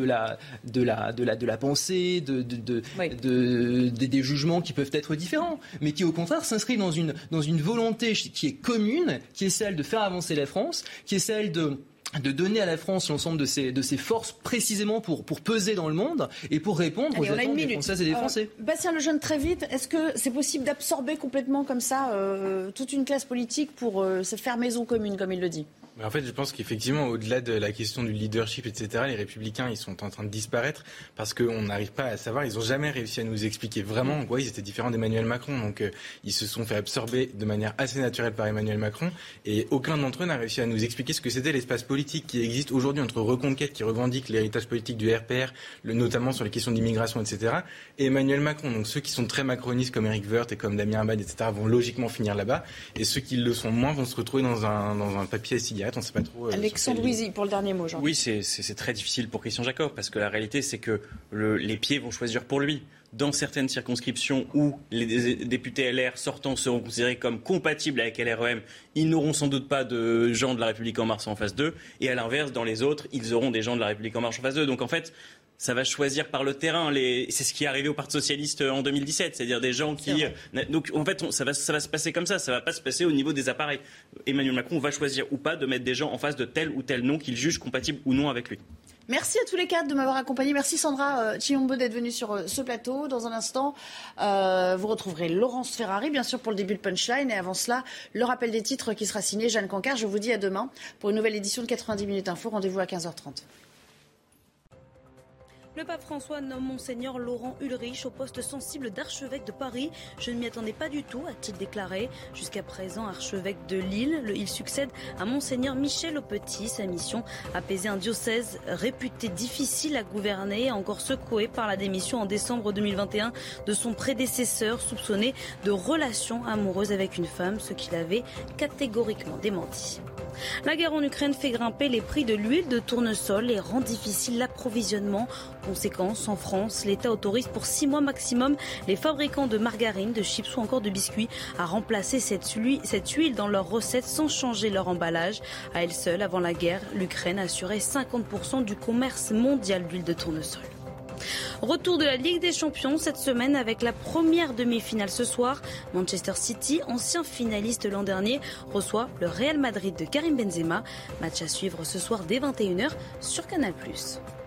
la pensée, des jugements qui peuvent être différents, mais qui au contraire s'inscrit dans une volonté qui est commune, qui est celle de faire avancer la France, qui est celle de donner à la France l'ensemble de ses forces précisément pour peser dans le monde et pour répondre aux attentes des Françaises et des Français. Bastien Lejeune, très vite, est-ce que c'est possible d'absorber complètement comme ça toute une classe politique pour se faire maison commune, comme il le dit ? En fait, je pense qu'effectivement, au-delà de la question du leadership, etc., les Républicains, ils sont en train de disparaître parce qu'on n'arrive pas à savoir. Ils n'ont jamais réussi à nous expliquer vraiment en quoi ils étaient différents d'Emmanuel Macron. Donc, ils se sont fait absorber de manière assez naturelle par Emmanuel Macron et aucun d'entre eux n'a réussi à nous expliquer ce que c'était l'espace politique qui existe aujourd'hui entre Reconquête, qui revendique l'héritage politique du RPR, notamment sur les questions d'immigration, etc., et Emmanuel Macron. Donc, ceux qui sont très macronistes comme Éric Woerth et comme Damien Abad, etc., vont logiquement finir là-bas, et ceux qui le sont moins vont se retrouver dans un papier à cigarette. On sait pas trop. Alexandre Louisy, pour le dernier mot, Jean. Oui, c'est très difficile pour Christian Jacob, parce que la réalité, c'est que les pieds vont choisir pour lui. Dans certaines circonscriptions où les députés LR sortants seront considérés comme compatibles avec LREM, ils n'auront sans doute pas de gens de La République En Marche en face d'eux. Et à l'inverse, dans les autres, ils auront des gens de La République En Marche en face d'eux. Donc en fait, ça va choisir par le terrain. C'est ce qui est arrivé au Parti Socialiste en 2017, c'est-à-dire des gens qui... Donc en fait, ça va se passer comme ça. Ça va pas se passer au niveau des appareils. Emmanuel Macron va choisir ou pas de mettre des gens en face de tel ou tel nom qu'il juge compatible ou non avec lui. Merci à tous les quatre de m'avoir accompagné. Merci Sandra Chiombo d'être venue sur ce plateau. Dans un instant, vous retrouverez Laurence Ferrari, bien sûr, pour le début de Punchline. Et avant cela, le rappel des titres qui sera signé Jeanne Cancard. Je vous dis à demain pour une nouvelle édition de 90 minutes info. Rendez-vous à 15h30. Le pape François nomme Monseigneur Laurent Ulrich au poste sensible d'archevêque de Paris. Je ne m'y attendais pas du tout, a-t-il déclaré. Jusqu'à présent, archevêque de Lille, il succède à Monseigneur Michel Aupetit. Sa mission, apaiser un diocèse réputé difficile à gouverner, encore secoué par la démission en décembre 2021 de son prédécesseur, soupçonné de relations amoureuses avec une femme, ce qu'il avait catégoriquement démenti. La guerre en Ukraine fait grimper les prix de l'huile de tournesol et rend difficile l'approvisionnement. Conséquence, en France, l'État autorise pour 6 mois maximum les fabricants de margarine, de chips ou encore de biscuits à remplacer cette huile dans leurs recettes sans changer leur emballage. À elle seule, avant la guerre, l'Ukraine assurait 50% du commerce mondial d'huile de tournesol. Retour de la Ligue des Champions cette semaine avec la première demi-finale ce soir. Manchester City, ancien finaliste l'an dernier, reçoit le Real Madrid de Karim Benzema. Match à suivre ce soir dès 21h sur Canal+.